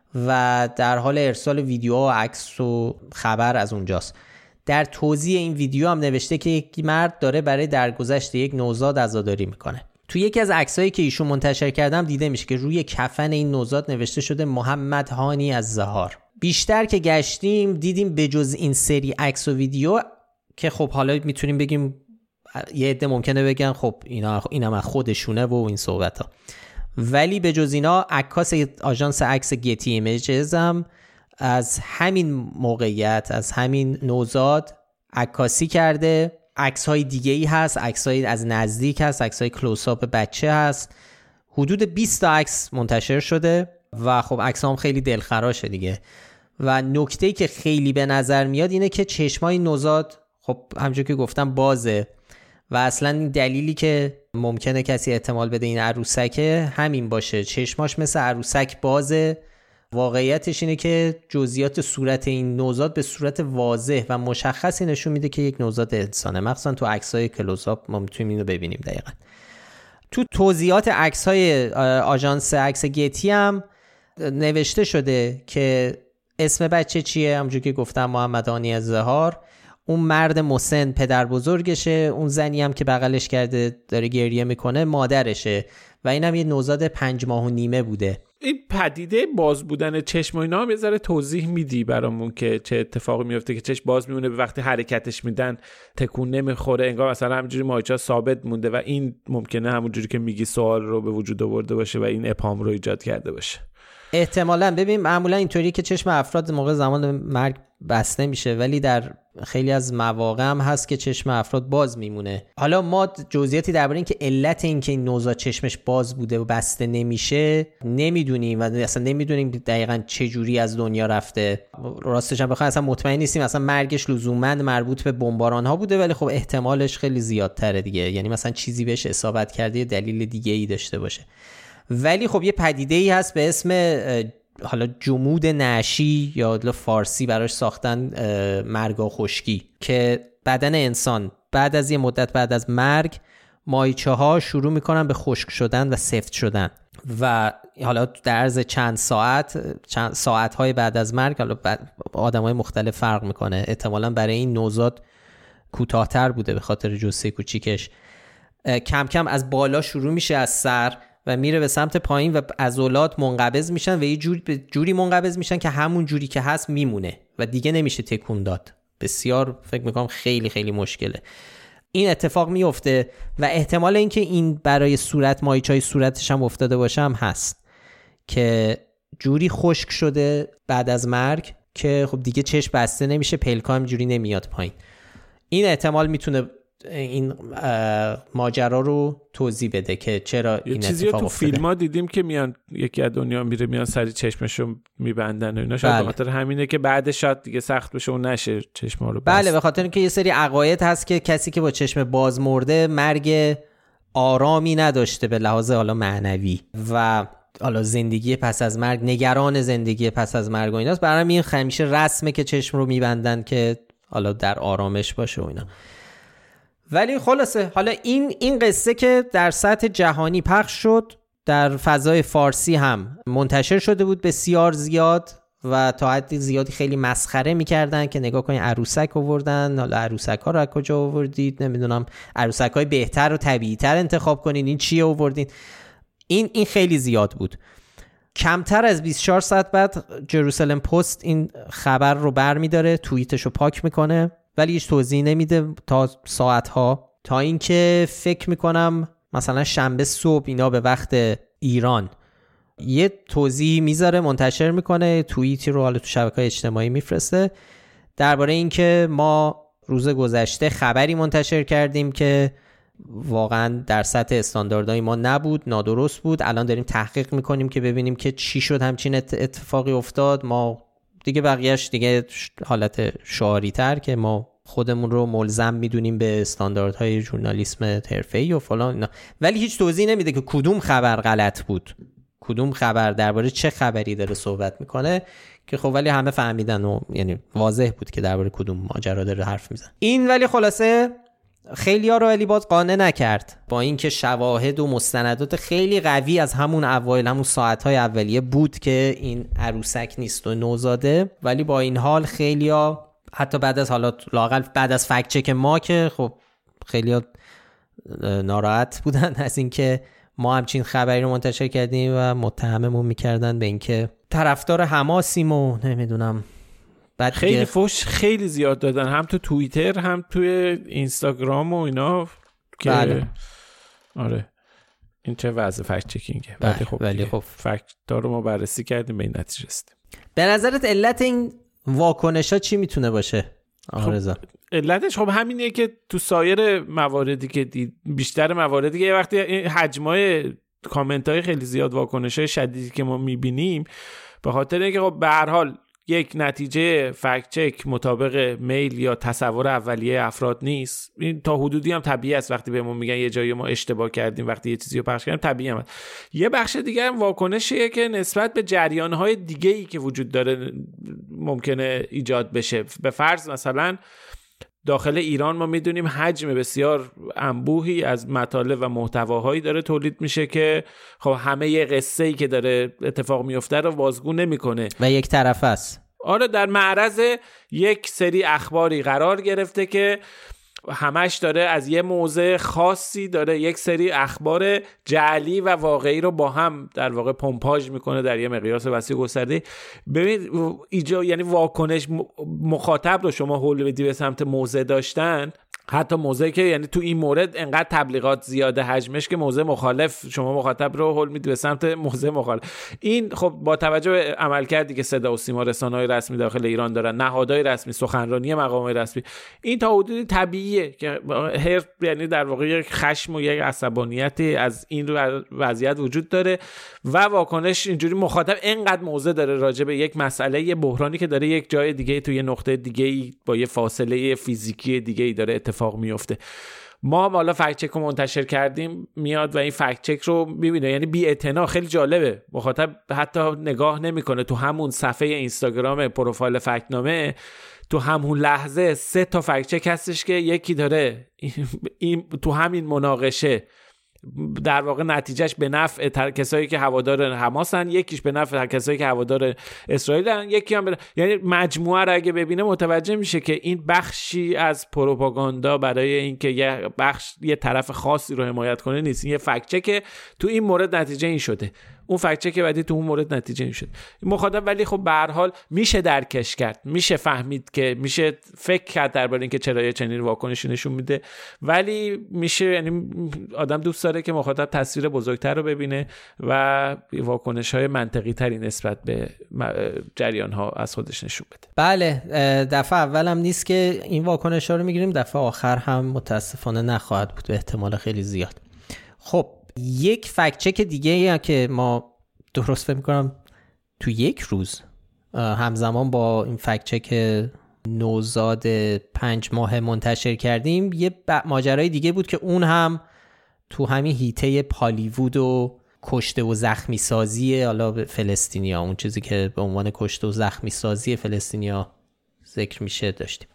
و در حال ارسال ویدیو و عکس و خبر از اونجاست. در توضیح این ویدیو هم نوشته که یک مرد داره برای درگذشت یک نوزاد عزاداری میکنه. تو یکی از عکسایی که ایشون منتشر کردم دیده میشه که روی کفن این نوزاد نوشته شده محمد هانی از زهار. بیشتر که گشتیم دیدیم به جز این سری عکس و ویدیو که خب حالا میتونیم بگیم یه عده ممکنه بگن خب اینا از خودشونه و این صحبت ها، ولی به جز اینا عکاس آژانس عکس گتی ایمیجز هم از همین موقعیت، از همین نوزاد عکاسی کرده. عکس‌های دیگه‌ای هست، عکس‌های از نزدیک هست، عکس‌های کلوزآپ بچه هست. حدود 20 تا عکس منتشر شده و خب عکس‌ها هم خیلی دلخراشه دیگه. و نکته‌ای که خیلی به نظر میاد اینه که چشمای نوزاد خب همونجوری که گفتم بازه و اصلا این دلیلی که ممکنه کسی احتمال بده این عروسکه همین باشه، چشماش مثل عروسک بازه. واقعیتش اینه که جزئیات صورت این نوزاد به صورت واضح و مشخصی نشون میده که یک نوزاد انسانه، مخصوصا تو عکس‌های کلوزآپ ما میتونیم اینو ببینیم. دقیقاً تو توضیحات عکس‌های آژانس عکس گتی هم نوشته شده که اسم بچه چیه، همونجوری که گفتم محمد هانی از زهار. اون مرد مسن پدر بزرگشه، اون زنی هم که بغلش کرده داره گریه میکنه مادرشه و اینم یه نوزاد 5 ماه و نیمه بوده. این پدیده باز بودن چشم و اینا هم یه ذره توضیح میدی برامون که چه اتفاقی میفته که چشم باز میمونه، به وقتی حرکتش میدن تکون نمیخوره، انگار مثلا همینجوری ماهیچه ثابت مونده و این ممکنه همونجوری که میگی سوال رو به وجود آورده باشه و این ابهام رو ایجاد کرده باشه. احتمالاً ببین معمولا اینطوری که چشم افراد موقع زمان مرگ بسته میشه، ولی در خیلی از مواقع هم هست که چشم افراد باز میمونه. حالا ما جزئیاتی درباره این که علت این که این نوزاد چشمش باز بوده و بسته نمیشه نمیدونیم و اصلا نمیدونیم دقیقاً چه جوری از دنیا رفته. راستش هم بخوام اصلا مطمئن نیستیم اصلا مرگش لزوماً مربوط به بمباران ها بوده، ولی خب احتمالش خیلی زیادتره دیگه، یعنی مثلا چیزی بهش اصابت کرده یا دلیل دیگه ای داشته باشه. ولی خب یه پدیده ای هست به اسم حالا جمود نعشی یا فارسی براش ساختن مرگا خشکی، که بدن انسان بعد از یه مدت بعد از مرگ مایچه ها شروع میکنن به خشک شدن و سفت شدن و حالا در عرض چند ساعت های بعد از مرگ حالا آدمای مختلف فرق میکنه. احتمالاً برای این نوزاد کوتاه‌تر بوده به خاطر جثه کوچیکش. کم کم از بالا شروع میشه از سر و میره به سمت پایین و عضلات منقبض میشن و یه جوری منقبض میشن که همون جوری که هست میمونه و دیگه نمیشه تکون داد. بسیار فکر میکنم خیلی خیلی مشکله. این اتفاق میفته و احتمال اینکه این برای مایچای صورتش هم افتاده باشه هم هست که جوری خشک شده بعد از مرگ که خب دیگه چشم بسته نمیشه، پلکا هم جوری نمیاد پایین. این احتمال میتونه این ماجرا رو توضیح بده که چرا این اتفاق افتاده. تو فیلم ها دیدیم که میان یکی از دنیا میره میان سری چشمشو میبندن و اینا، شاید به خاطر همینه که بعدش شاید دیگه سخت بشه و نشه چشما رو بست. بله، به خاطر اینکه یه سری عقاید هست که کسی که با چشم باز مرده مرگ آرامی نداشته به لحاظ حالا معنوی و حالا زندگی پس از مرگ، نگران زندگی پس از مرگ و ایناست. برای این همیشه رسمه که چشم رو میبندن که حالا در آرامش باشه و اینا. ولی خلاصه حالا این قصه که در سطح جهانی پخش شد، در فضای فارسی هم منتشر شده بود بسیار زیاد و تا حد زیادی خیلی مسخره میکردن که نگاه کنین عروسک آوردن، حالا عروسک ها رو از کجا آوردید، نمیدونم عروسک های بهتر و طبیعی تر انتخاب کنین، این چیه آوردین. این خیلی زیاد بود. کمتر از 24 ساعت بعد جروسالم پست این خبر رو برمی‌داره، توییتش رو پاک میکنه، ولی هیچ توضیح نمیده تا ساعتها، تا اینکه فکر میکنم مثلا شنبه صبح اینا به وقت ایران یه توضیح میذاره، منتشر میکنه، توییتی رو حالا تو شبکه‌های اجتماعی میفرسته درباره اینکه ما روز گذشته خبری منتشر کردیم که واقعا در سطح استانداردهای ما نبود، نادرست بود. الان داریم تحقیق میکنیم که ببینیم که چی شد همچین اتفاقی افتاد. ما دیگه بقیهش دیگه حالت شعاری تر که ما خودمون رو ملزم میدونیم به استانداردهای ژورنالیسم حرفه‌ای و فلان اینا، ولی هیچ توضیح نمیده که کدوم خبر غلط بود، کدوم خبر درباره چه خبری داره صحبت میکنه، که خب ولی همه فهمیدن و یعنی واضح بود که درباره کدوم ماجرا داره حرف میزنه این. ولی خلاصه خیلی‌ها رو ولی باز قانع نکرد، با اینکه شواهد و مستندات خیلی قوی از همون اوایل، همون ساعت‌های اولیه بود که این عروسک نیست و نوزاده، ولی با این حال خیلی‌ها حتی بعد از حالا لااقل بعد از فکت چک ما که خب خیلی‌ها ناراحت بودن از اینکه ما همچین خبری رو منتشر کردیم و متهممون می‌کردن به اینکه طرفدار حماسیم و نمیدونم. خیلی فوش خیلی زیاد دادن، هم تو توییتر هم توی اینستاگرام و اینا که بله. آره این چه وضع فکت چکینگه. ولی خب فکت ها رو ما بررسی کردیم به این نتیجه رسیدیم. به نظرت علت این واکنش‌ها چی میتونه باشه آقا رضا؟ علتش خب همینه که تو سایر مواردی که بیشتر مواردی که وقتی حجمای کامنت‌های خیلی زیاد، واکنش‌های شدیدی که ما میبینیم، به خاطر اینکه خب به هر حال یک نتیجه فکت چک مطابق میل یا تصور اولیه افراد نیست. این تا حدودی هم طبیعی است، وقتی بهمون میگن یه جایی ما اشتباه کردیم وقتی یه چیزی رو پخش کردیم طبیعی هم. یه بخش دیگه هم واکنشیه که نسبت به جریان‌های دیگه‌ای که وجود داره ممکنه ایجاد بشه. به فرض مثلا داخل ایران ما میدونیم حجم بسیار انبوهی از مطالب و محتواهایی داره تولید میشه که خب همه یه قصه‌ای که داره اتفاق میفته رو بازگو نمیکنه و یک طرفه است. آره، در معرض یک سری اخباری قرار گرفته که همش داره از یه موضع خاصی داره یک سری اخبار جعلی و واقعی رو با هم در واقع پمپاژ میکنه در یه مقیاس وسیع گسترده. ببین یعنی واکنش مخاطب رو شما حول بدی به سمت موضع داشتن، حتی موضعی که یعنی تو این مورد انقدر تبلیغات زیاده حجمش که موضع مخالف شما مخاطب رو هول میدی به سمت موضع مخالف. این خب با توجه به عملکردی که صدا و سیما رسانه‌های رسمی داخل ایران دارن، نهادهای رسمی، سخنرانی مقامات رسمی، این تا حدودی طبیعیه که یعنی در واقع یک خشم و یک عصبانیتی از این وضعیت وجود داره و واکنش اینجوری مخاطب اینقدر موضع داره راجع به یک مسئله، یه بحرانی که داره یک جای دیگه تو یه نقطه دیگه با یه فاصله فیزیکی دیگه داره اتفاق میفته. ما حالا فکت چک رو منتشر کردیم میاد و این فکت چک رو میبینه، یعنی بی اعتنا. خیلی جالبه، مخاطب حتی نگاه نمیکنه تو همون صفحه اینستاگرام پروفایل فکتنامه تو همون لحظه 3 تا فکت چک هستش که یکی داره این تو همین مناقشه در واقع نتیجهش به نفع کسایی که هوادار حماسن، یکیش به نفع کسایی که هوادار اسرائیلن، یکی هم یعنی مجموعه رو اگه ببینه متوجه میشه که این بخشی از پروپاگاندا برای اینکه یه طرف خاصی رو حمایت کنه نیست. این یه فکت چک تو این مورد نتیجه این شده، اون فکت چک بعدی تو اون مورد نتیجه این شد. مخاطب ولی خب به هر حال میشه درکش کرد، میشه فهمید که میشه فکر کرد درباره اینکه چرا یه چنین واکنشی نشون میده، ولی میشه یعنی آدم دوست داره که مخاطب تصویر بزرگتر رو ببینه و واکنش‌های منطقی تری نسبت به جریان‌ها از خودش نشون بده. بله، دفعه اولم نیست که این واکنش‌ها رو میگیریم، دفعه آخر هم متاسفانه نخواهد بود به احتمال خیلی زیاد. خب یک فکت چک دیگه که ما درست فکر می‌کنم تو یک روز همزمان با این فکت چک نوزاد 5 ماه منتشر کردیم، یه ماجرای دیگه بود که اون هم تو همین هیته پالیوود و کشته و زخمی سازی حالا فلسطینیا، اون چیزی که به عنوان کشته و زخمی سازی فلسطینیا ذکر میشه داشتیم.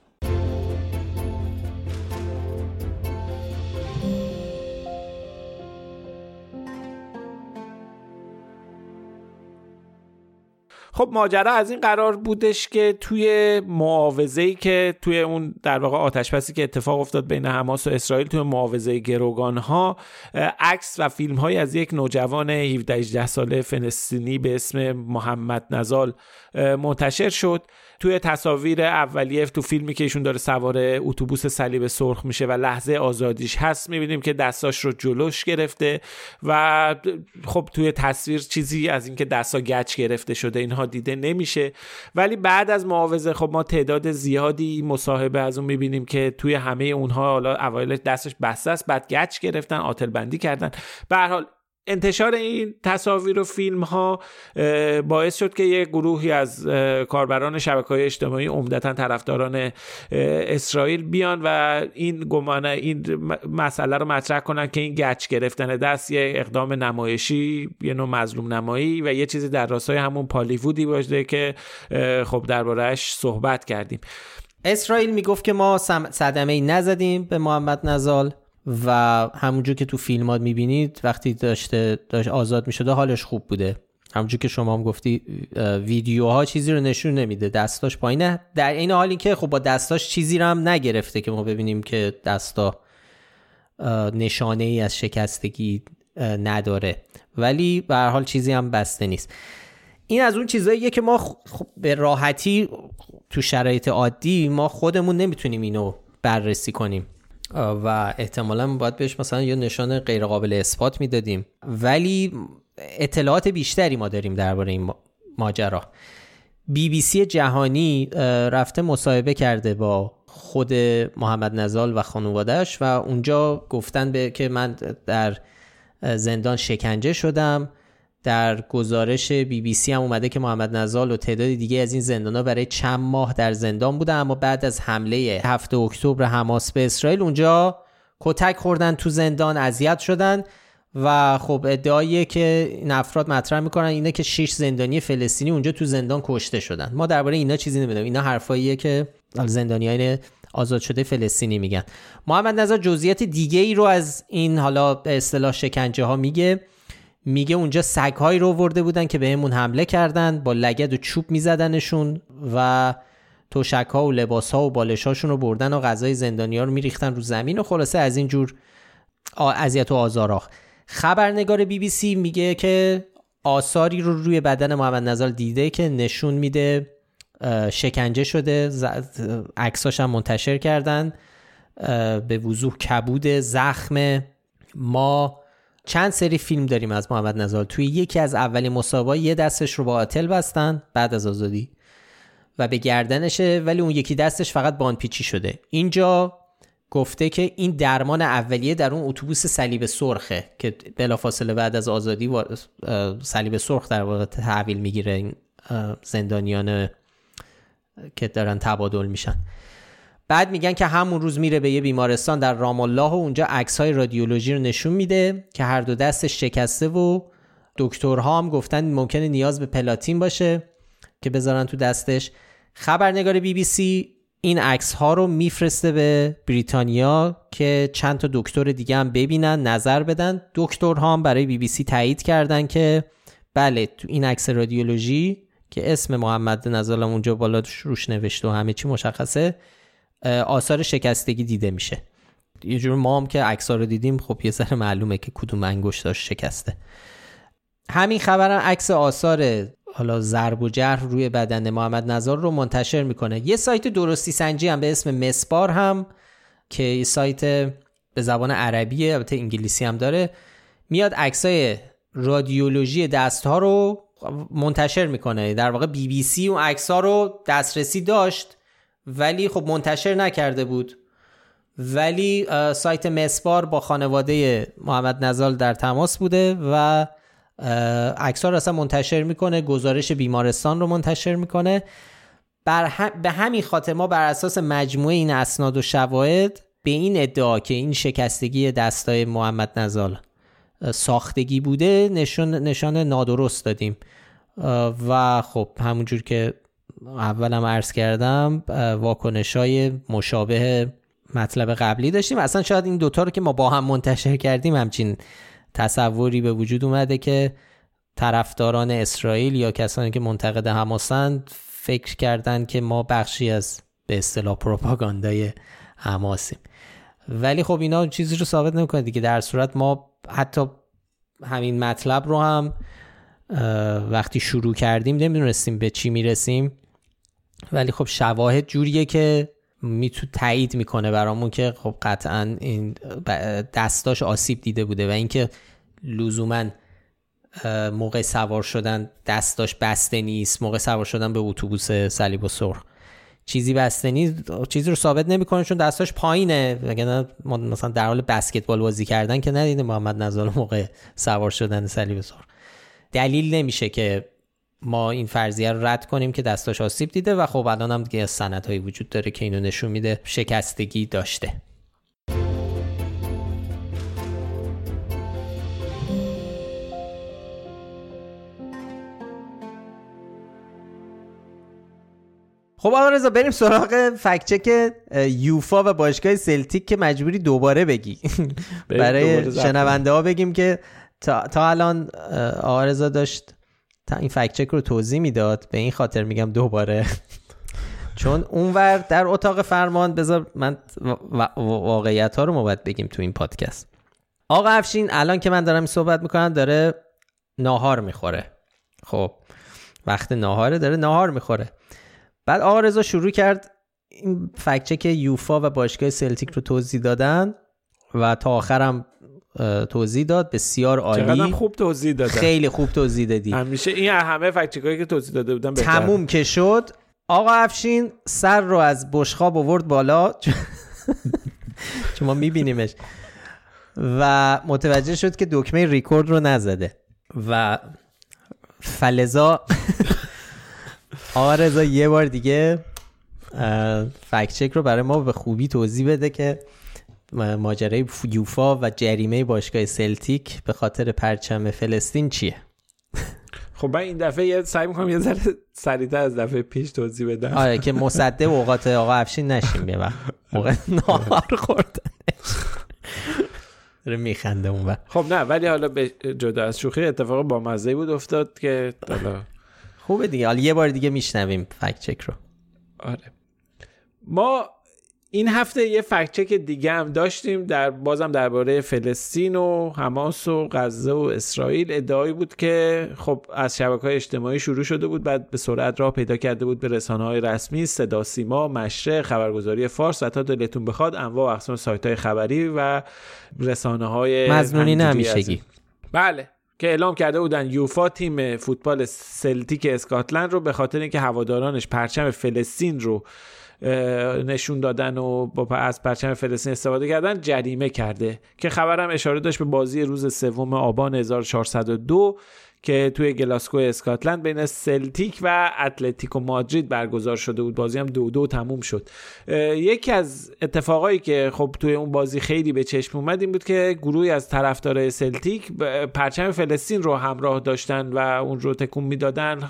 خب ماجرا از این قرار بودش که توی معاوضه‌ای که توی اون در واقع آتش‌بسی که اتفاق افتاد بین حماس و اسرائیل توی معاوضه گروگان‌ها، عکس و فیلم‌های از یک نوجوان 17-18 ساله فلسطینی به اسم محمد نزال منتشر شد. توی تصاویر اولیه تو فیلمی که ایشون داره سوار اتوبوس صلیب سرخ میشه و لحظه آزادیش هست، میبینیم که دستاش رو جلوش گرفته و خب توی تصویر چیزی از اینکه دستا گچ گرفته شده اینها دیده نمیشه. ولی بعد از معاوضه خب ما تعداد زیادی مصاحبه از اون میبینیم که توی همه اونها حالا اوایل دستش بسته است، بعد گچ گرفتن، آتل بندی کردن. به هر حال انتشار این تصاویر و فیلم ها باعث شد که یک گروهی از کاربران شبکه‌های اجتماعی عمدتاً طرفداران اسرائیل بیان و این مسئله رو مطرح کنن که این گچ گرفتن دست یه اقدام نمایشی، یه نوع مظلوم نمایی و یه چیزی در راستای همون پالیوودی باشه که خب درباره‌اش صحبت کردیم. اسرائیل میگفت که ما صدمه‌ای نزدیم به محمد نزال و همونجور که تو فیلمات میبینید وقتی داشت آزاد میشده حالش خوب بوده، همونجور که شما هم گفتی ویدیوها چیزی رو نشون نمیده، دستاش پایینه، در این حالی که خب با دستاش چیزی رو هم نگرفته که ما ببینیم که دستا نشانه ای از شکستگی نداره، ولی به هر حال چیزی هم بسته نیست. این از اون چیزاییه که ما به راحتی تو شرایط عادی ما خودمون نمیتونیم اینو بررسی کنیم و احتمالاً باید بهش مثلا یه نشان غیر قابل اثبات میدادیم، ولی اطلاعات بیشتری ما داریم درباره این ماجرا. BBC جهانی رفته مصاحبه کرده با خود محمد نزال و خانواده‌اش و اونجا گفتن که من در زندان شکنجه شدم. در گزارش BBC هم اومده که محمد نزال و تعداد دیگه از این زندان‌ها برای چند ماه در زندان بودن، اما بعد از حمله 7 اکتبر حماس به اسرائیل اونجا کتک خوردن، تو زندان اذیت شدن و خب ادعاییه که این افراد مطرح میکنن اینه که 6 زندانی فلسطینی اونجا تو زندان کشته شدن. ما درباره اینا چیزی نمیدونیم، اینا حرفاییه که زندانیان آزاد شده فلسطینی میگن. محمد نزال جزئیات دیگه ای رو از این حالا به اصطلاح شکنجه ها میگه اونجا سگ‌هایی رو آورده بودن که بهمون حمله کردن، با لگد و چوب میزدنشون و تشک‌ها و لباس‌ها و بالش‌هاشون رو بردن و غذای زندانی‌ها رو میریختن رو زمین و خلاصه از این جور اذیت و آزارها. خبرنگار BBC میگه که آثاری رو روی بدن محمد نزال دیده که نشون میده شکنجه شده، عکساش هم منتشر کردن به وضوح کبود زخم. ما چند سری فیلم داریم از محمد نزال. توی یکی از اولین مسابقات یه دستش رو با آتل بستن بعد از آزادی و به گردنشه، ولی اون یکی دستش فقط باندپیچی شده. اینجا گفته که این درمان اولیه در اون اتوبوس صلیب سرخه که بلافاصله بعد از آزادی صلیب سرخ در واقع تحویل میگیره این زندانیان که دارن تبادل میشن. بعد میگن که همون روز میره به یه بیمارستان در رام الله و اونجا عکس‌های رادیولوژی رو نشون میده که هر دو دستش شکسته و دکترها هم گفتن ممکنه نیاز به پلاتین باشه که بذارن تو دستش. خبرنگار BBC این عکس‌ها رو میفرسته به بریتانیا که چند تا دکتر دیگه هم ببینن، نظر بدن. دکترها هم برای BBC تایید کردن که بله تو این عکس رادیولوژی که اسم محمد نزال اونجا بالا روش نوشته و همه چی مشخصه، آثار شکستگی دیده میشه. یه جور ما هم که عکس‌ها رو دیدیم خب یه ذره معلومه که کدوم انگشتاش شکسته. همین خبرم عکس آثار حالا ضرب و جرح روی بدن محمد نزال رو منتشر میکنه. یه سایت درستی سنجی هم به اسم مسبار هم که یه سایت به زبان عربیه، البته انگلیسی هم داره، میاد عکسای رادیولوژی دست‌ها رو منتشر میکنه. در واقع BBC اون عکس‌ها رو دسترسی داشت ولی خب منتشر نکرده بود، ولی سایت مسبار با خانواده محمد نزال در تماس بوده و عکس‌ها رو اصلا منتشر میکنه، گزارش بیمارستان رو منتشر میکنه. به همین خاطر ما بر اساس مجموعه این اسناد و شواهد به این ادعا که این شکستگی دستای محمد نزال ساختگی بوده نشان نادرست دادیم و خب همونجور که اولم عرض کردم واکنش‌های مشابه مطلب قبلی داشتیم. اصلا شاید این دوتا رو که ما با هم منتشر کردیم همچین تصوری به وجود اومده که طرفداران اسرائیل یا کسانی که منتقد حماسند فکر کردن که ما بخشی از به اصطلاح پروپاگاندای حماسیم، ولی خب اینا چیزی رو ثابت نمی‌کنه دیگه. در صورت ما حتی همین مطلب رو هم وقتی شروع کردیم نمیدونستیم به چی میرسیم، ولی خب شواهد جوریه که تایید میکنه برامون که خب قطعا این دستاش آسیب دیده بوده و اینکه لزوما موقع سوار شدن دستاش بسته نیست، موقع سوار شدن به اتوبوس صلیب سرخ چیزی بسته نیست، چیزی رو ثابت نمیکنه چون دستاش پایینه. وگرنه ما مثلا در حال بسکتبال بازی کردن که ندیدیم محمد نزال موقع سوار شدن صلیب سرخ. دلیل نمیشه که ما این فرضیه رو رد کنیم که دستاش آسیب دیده و خب الان هم دیگه سندهایی وجود داره که اینو نشون میده شکستگی داشته. خب آقا رضا بریم سراغ فکت چک یوفا و باشگاه سلتیک که مجبوری دوباره بگی برای شنونده ها بگیم که تا الان آقا رضا داشت این فکت چک رو توضیح میداد، به این خاطر میگم دوباره چون اونور در اتاق فرمان بذار من واقعیت ها رو ما باید بگیم تو این پادکست. آقا افشین الان که من دارم صحبت میکنم داره ناهار میخوره، خب وقت ناهاره داره ناهار میخوره. بعد آقا رضا شروع کرد این فکت چک یوفا و باشگاه سلتیک رو توضیح دادن و تا آخرم توضیح داد، بسیار عالی، چقدر خوب توضیح دادن، خیلی خوب توضیح دادی. همیشه این همه فکت چکایی که توضیح داده بودن بهتر. تموم که شد آقا افشین سر رو از بشقاب آورد بالا چون ما میبینیمش و متوجه شد که دکمه ریکورد رو نزده و فلزا آقا رضا یه بار دیگه فکت چک رو برای ما به خوبی توضیح بده که ماجرای یوفا و جریمه باشگاه سلتیک به خاطر پرچم فلسطین چیه. خب من این دفعه سعی میکنم یه ذره سریعتر از دفعه پیش توضیح بدم. آره که مصدق اوقات آقا افشین نشیم یه وقت موقع ناهار خوردنش داره میخنده اون وقت. خب نه ولی حالا جدا از شوخی اتفاق با مزه‌ای بود افتاد که حالا خوبه دیگه، حالا یه بار دیگه میشنویم فکت چک رو. آره ما این هفته یه فکت چک دیگه هم داشتیم بازم درباره فلسطین و حماس و غزه و اسرائیل. ادعایی بود که خب از شبکه‌های اجتماعی شروع شده بود، بعد به سرعت راه پیدا کرده بود به رسانه‌های رسمی، صدا سیما، مشرق، خبرگزاری فارس و تا دلتون بخواد انواع و اقسام سایت‌های خبری و رسانه‌های مظنونی نمیشگی. بله، که اعلام کرده بودن یوفا تیم فوتبال سلتیک اسکاتلند رو به خاطر اینکه هوادارانش پرچم فلسطین رو نشون دادن و از پرچم فلسطین استفاده کردن جریمه کرده، که خبرم اشاره داشت به بازی روز 3 آبان 1402 که توی گلاسکو اسکاتلند بین سلتیک و اتلتیکو مادرید برگزار شده بود. بازی هم 2-2 تموم شد. یکی از اتفاقایی که خب توی اون بازی خیلی به چشم اومد این بود که گروهی از طرفدارای سلتیک پرچم فلسطین رو همراه داشتن و اون رو تکون میدادن.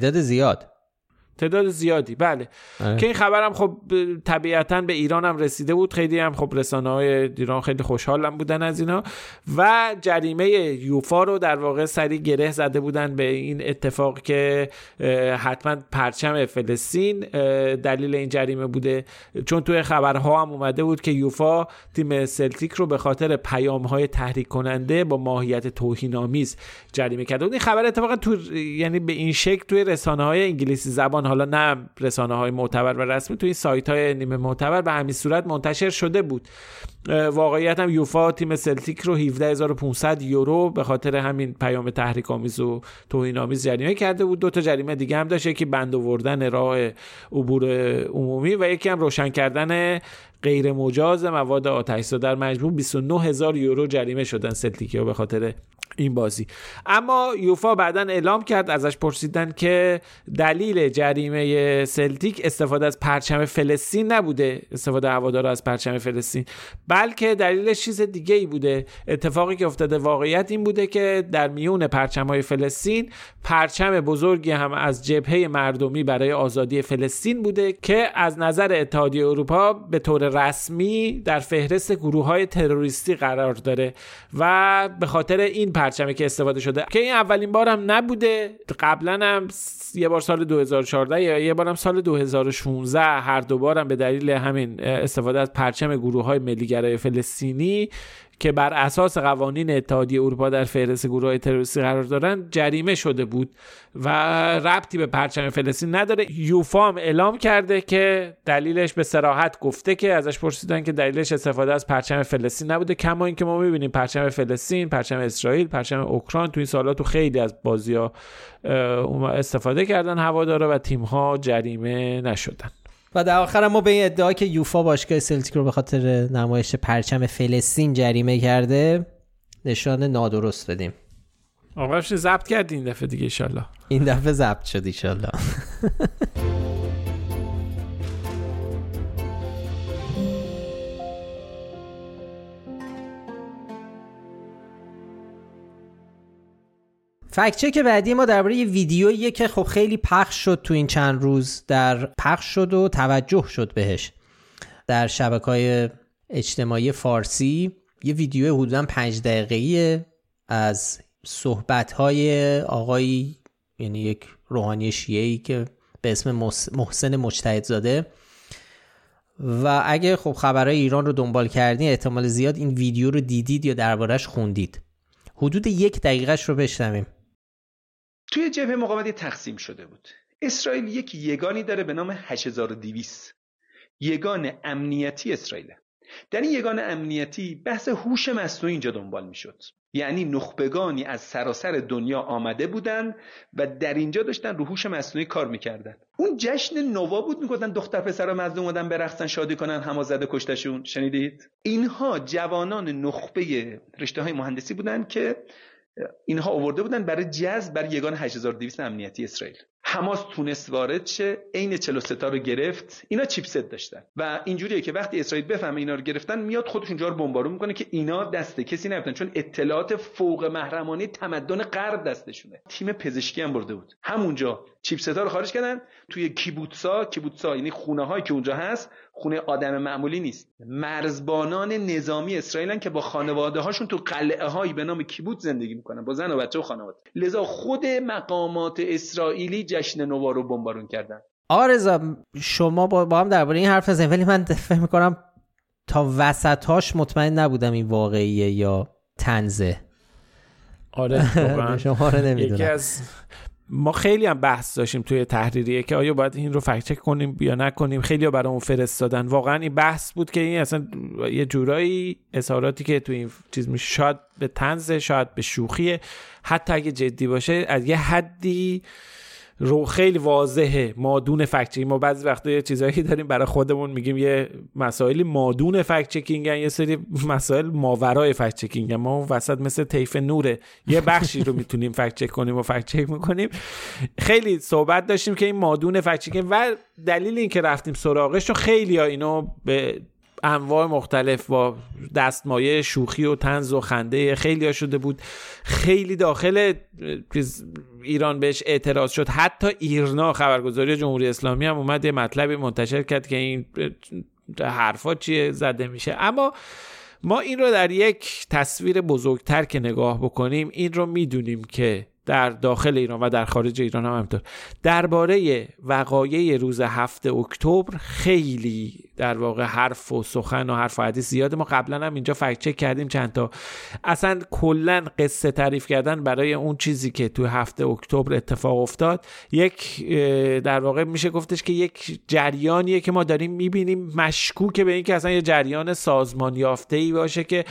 تعداد زیادی بله. که این خبرم خب طبیعتاً به ایران هم رسیده بود، خیلی هم خب رسانه‌های ایران خیلی خوشحالم بودن از اینا و جریمه یوفا رو در واقع سریع گره زده بودن به این اتفاق که حتما پرچم فلسطین دلیل این جریمه بوده، چون توی خبرها هم اومده بود که یوفا تیم سلتیک رو به خاطر پیام‌های تحریک کننده با ماهیت توهین‌آمیز جریمه کرده بود. این خبر اتفاقا تو یعنی به این شکل توی رسانه‌های انگلیسی زبان، حالا نه رسانه‌های معتبر و رسمی، توی سایت‌های نیمه معتبر به همین صورت منتشر شده بود. واقعیت هم یوفا تیم سلتیک رو 17500 یورو به خاطر همین پیام تحریک‌آمیز و توهین‌آمیز جریمه کرده بود. 2 تا جریمه دیگه هم داشت، یکی بند آوردن راه عبور عمومی و یکی هم روشن کردن غیر مجاز مواد آتش‌زا. در مجموع 29000 یورو جریمه شدن سلتیکیا به خاطر این بازی. اما یوفا بعداً اعلام کرد، ازش پرسیدن که دلیل جریمه سلتیک استفاده از پرچم فلسطین نبوده، استفاده هوادارا از پرچم فلسطین، بلکه دلیلش چیز دیگه ای بوده. اتفاقی که افتاده واقعیت این بوده که در میون پرچم‌های فلسطین پرچم بزرگی هم از جبهه مردمی برای آزادی فلسطین بوده که از نظر اتحادیه اروپا به طور رسمی در فهرست گروه‌های تروریستی قرار داره و به خاطر این پرچمی که استفاده شده، که این اولین بار هم نبوده، قبلا هم یه بار سال 2014 یا یه بارم سال 2016 هر دوبارم به دلیل همین استفاده از پرچم گروه‌های ملی‌گرای فلسطینی که بر اساس قوانین اتحادیه اروپا در فهرست گروه‌های تروریستی قرار دارن جریمه شده بود و ربطی به پرچم فلسطین نداره. یوفا هم اعلام کرده که دلیلش به صراحت گفته که ازش پرسیدن که دلیلش استفاده از پرچم فلسطین نبوده، کما اینکه ما می‌بینیم پرچم فلسطین، پرچم اسرائیل، پرچم اوکراین تو این سال‌ها تو خیلی از بازی‌ها استفاده کردن هوادارا و تیم‌ها جریمه نشدن. و در آخر ما به این ادعا که یوفا باشگاه سلتیک رو به خاطر نمایش پرچم فلسطین جریمه کرده نشان نادرست بدیم. آقا ضبط کردی این دفعه دیگه انشالله. این دفعه ضبط شد انشالله. فکت چک بعدی ما درباره یه ویدیوییه که خب خیلی پخش شد تو این چند روز، پخش شد و توجه شد بهش در شبکه‌های اجتماعی فارسی. یه ویدیو حدوداً 5 دقیقه‌ای از صحبت‌های آقای، یعنی یک روحانی شیعه‌ای که به اسم محسن مجتهدزاده، و اگه خب خبرهای ایران رو دنبال کردین احتمال زیاد این ویدیو رو دیدید یا دربارش خوندید. حدود 1 دقیقه‌اش رو بشنویم. توی جبهه مقاومت تقسیم شده بود. اسرائیل یک یگانی داره به نام 8200. یگان امنیتی اسرائیل. در این یگان امنیتی بحث هوش مصنوعی اینجا دنبال میشد. یعنی نخبگانی از سراسر دنیا آمده بودن و در اینجا داشتن رو هوش مصنوعی کار میکردن. اون جشن نوا بود، میگفتن دختر پسرا مظلوم بودن برقصن شادی کنن، حمازده کشتشون. شنیدید؟ اینها جوانان نخبه رشته‌های مهندسی بودن که اینها آورده بودن برای جذب بر یگان 8200 امنیتی اسرائیل. حماس تونست وارد شه، عین 43 رو گرفت. اینا چیپست داشتن و اینجوریه که وقتی اسرائیل بفهمه اینا رو گرفتن میاد خودش اونجا رو بمبارون میکنه که اینا دست کسی نرفتن، چون اطلاعات فوق محرمانه تمدن غرب دستشونه. تیم پزشکی هم برده بود، همونجا چیپستا رو خارج کردن. توی کیبوتسا یعنی خونه‌هایی که اونجا هست، خونه آدم معمولی نیست، مرزبانان نظامی اسرائیلن که با خانواده‌هاشون تو قلعه‌هایی به نام کیبوت زندگی میکنن، با زن و بچه و خانواده. لذا خود مقامات اسرائیلی جشن نوار رو بمبارون کردن. آقا رضا شما با هم درباره این حرف نزنید، ولی من فکر می‌کنم تا وسطاش مطمئن نبودم این واقعیه یا طنزه. آره شما رو نمیدونم. ما خیلی هم بحث داشتیم توی تحریریه که آیا باید این رو فکت چک کنیم یا نکنیم. خیلی ها برامون فرستادن. واقعا این بحث بود که این اصلا یه جورایی اظهاراتی که توی این چیز میشه شاید به طنز، شاید به شوخیه، حتی اگه جدی باشه از یه حدی رو خیلی واضحه مادون فکت چکینگ. ما بعضی وقتا یه چیزایی داریم برای خودمون میگیم یه مسائلی مادون فکت چکینگن، یه سری مسائل ماورای فکت چکینگن. ما اون وسط مثل طیف نوره یه بخشی رو میتونیم فکت چک کنیم و فکت چک میکنیم. خیلی صحبت داشتیم که این مادون فکت چکینگ و دلیل این که رفتیم سراغش چون خیلی‌ها اینو به انواع مختلف با دستمایه شوخی و طنز و خنده خیلی‌ها شده بود. خیلی داخل ایران بهش اعتراض شد. حتی ایرنا خبرگزاری جمهوری اسلامی هم اومد یه مطلبی منتشر کرد که این حرفا چیه زده میشه. اما ما این رو در یک تصویر بزرگتر که نگاه بکنیم این رو میدونیم که در داخل ایران و در خارج ایران هم همینطور درباره وقایع روز 7 اکتبر خیلی در واقع حرف و سخن و حرف و حدیث زیاده. ما قبلا هم اینجا فکت چک کردیم چند تا. اصلا کلا قصه تعریف کردن برای اون چیزی که تو 7 اکتبر اتفاق افتاد یک در واقع میشه گفتش که یک جریانیه که ما داریم میبینیم مشکوکه به این که اصلا یه جریان سازمان یافته‌ای باشه که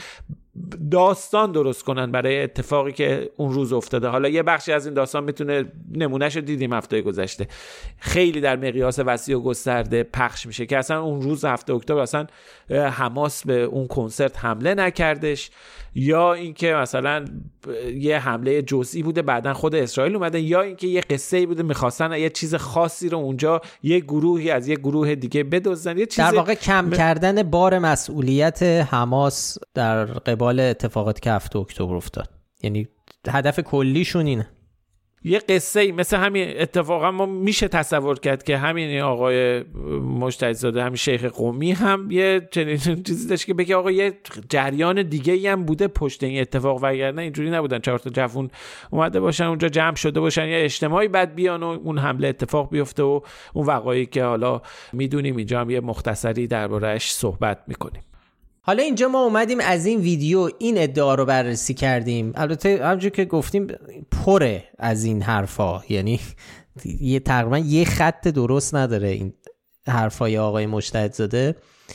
داستان درست کنن برای اتفاقی که اون روز افتاده. حالا یه بخشی از این داستان میتونه نمونهشو دیدیم هفته گذشته خیلی در مقیاس وسیع و گسترده پخش میشه که اصلا اون روز 7 اکتبر اصلا حماس به اون کنسرت حمله نکردش، یا اینکه مثلا یه حمله جزئی بوده بعدن خود اسرائیل اومده، یا اینکه یه قصه‌ای بوده می‌خواستن یه چیز خاصی رو اونجا یه گروهی از یه گروه دیگه بدزدن. یه چیز در واقع کم کردن بار مسئولیت حماس در قبال اتفاقاتی که 7 اکتبر افتاد. یعنی هدف کلیشون اینه. یه قصه مثل همین اتفاقا ما میشه تصور کرد که همین آقای مجتهدزاده همین شیخ قمی هم یه چنین چیزی داشت که بگه آقا یه جریان دیگه‌ای هم بوده پشت این اتفاق، وگرنه اینجوری نبودن 4 تا جوون اومده باشن اونجا جمع شده باشن یه اجتماعی بعد بیان و اون حمله اتفاق بیفته و اون وقایعی که حالا میدونیم. اینجا هم یه مختصری درباره‌اش صحبت میکنیم. حالا اینجا ما اومدیم از این ویدیو این ادعا رو بررسی کردیم. البته همونجور که گفتیم پره از این حرفا، یعنی تقریبا یه خط درست نداره این حرفای آقای مجتهدزاده،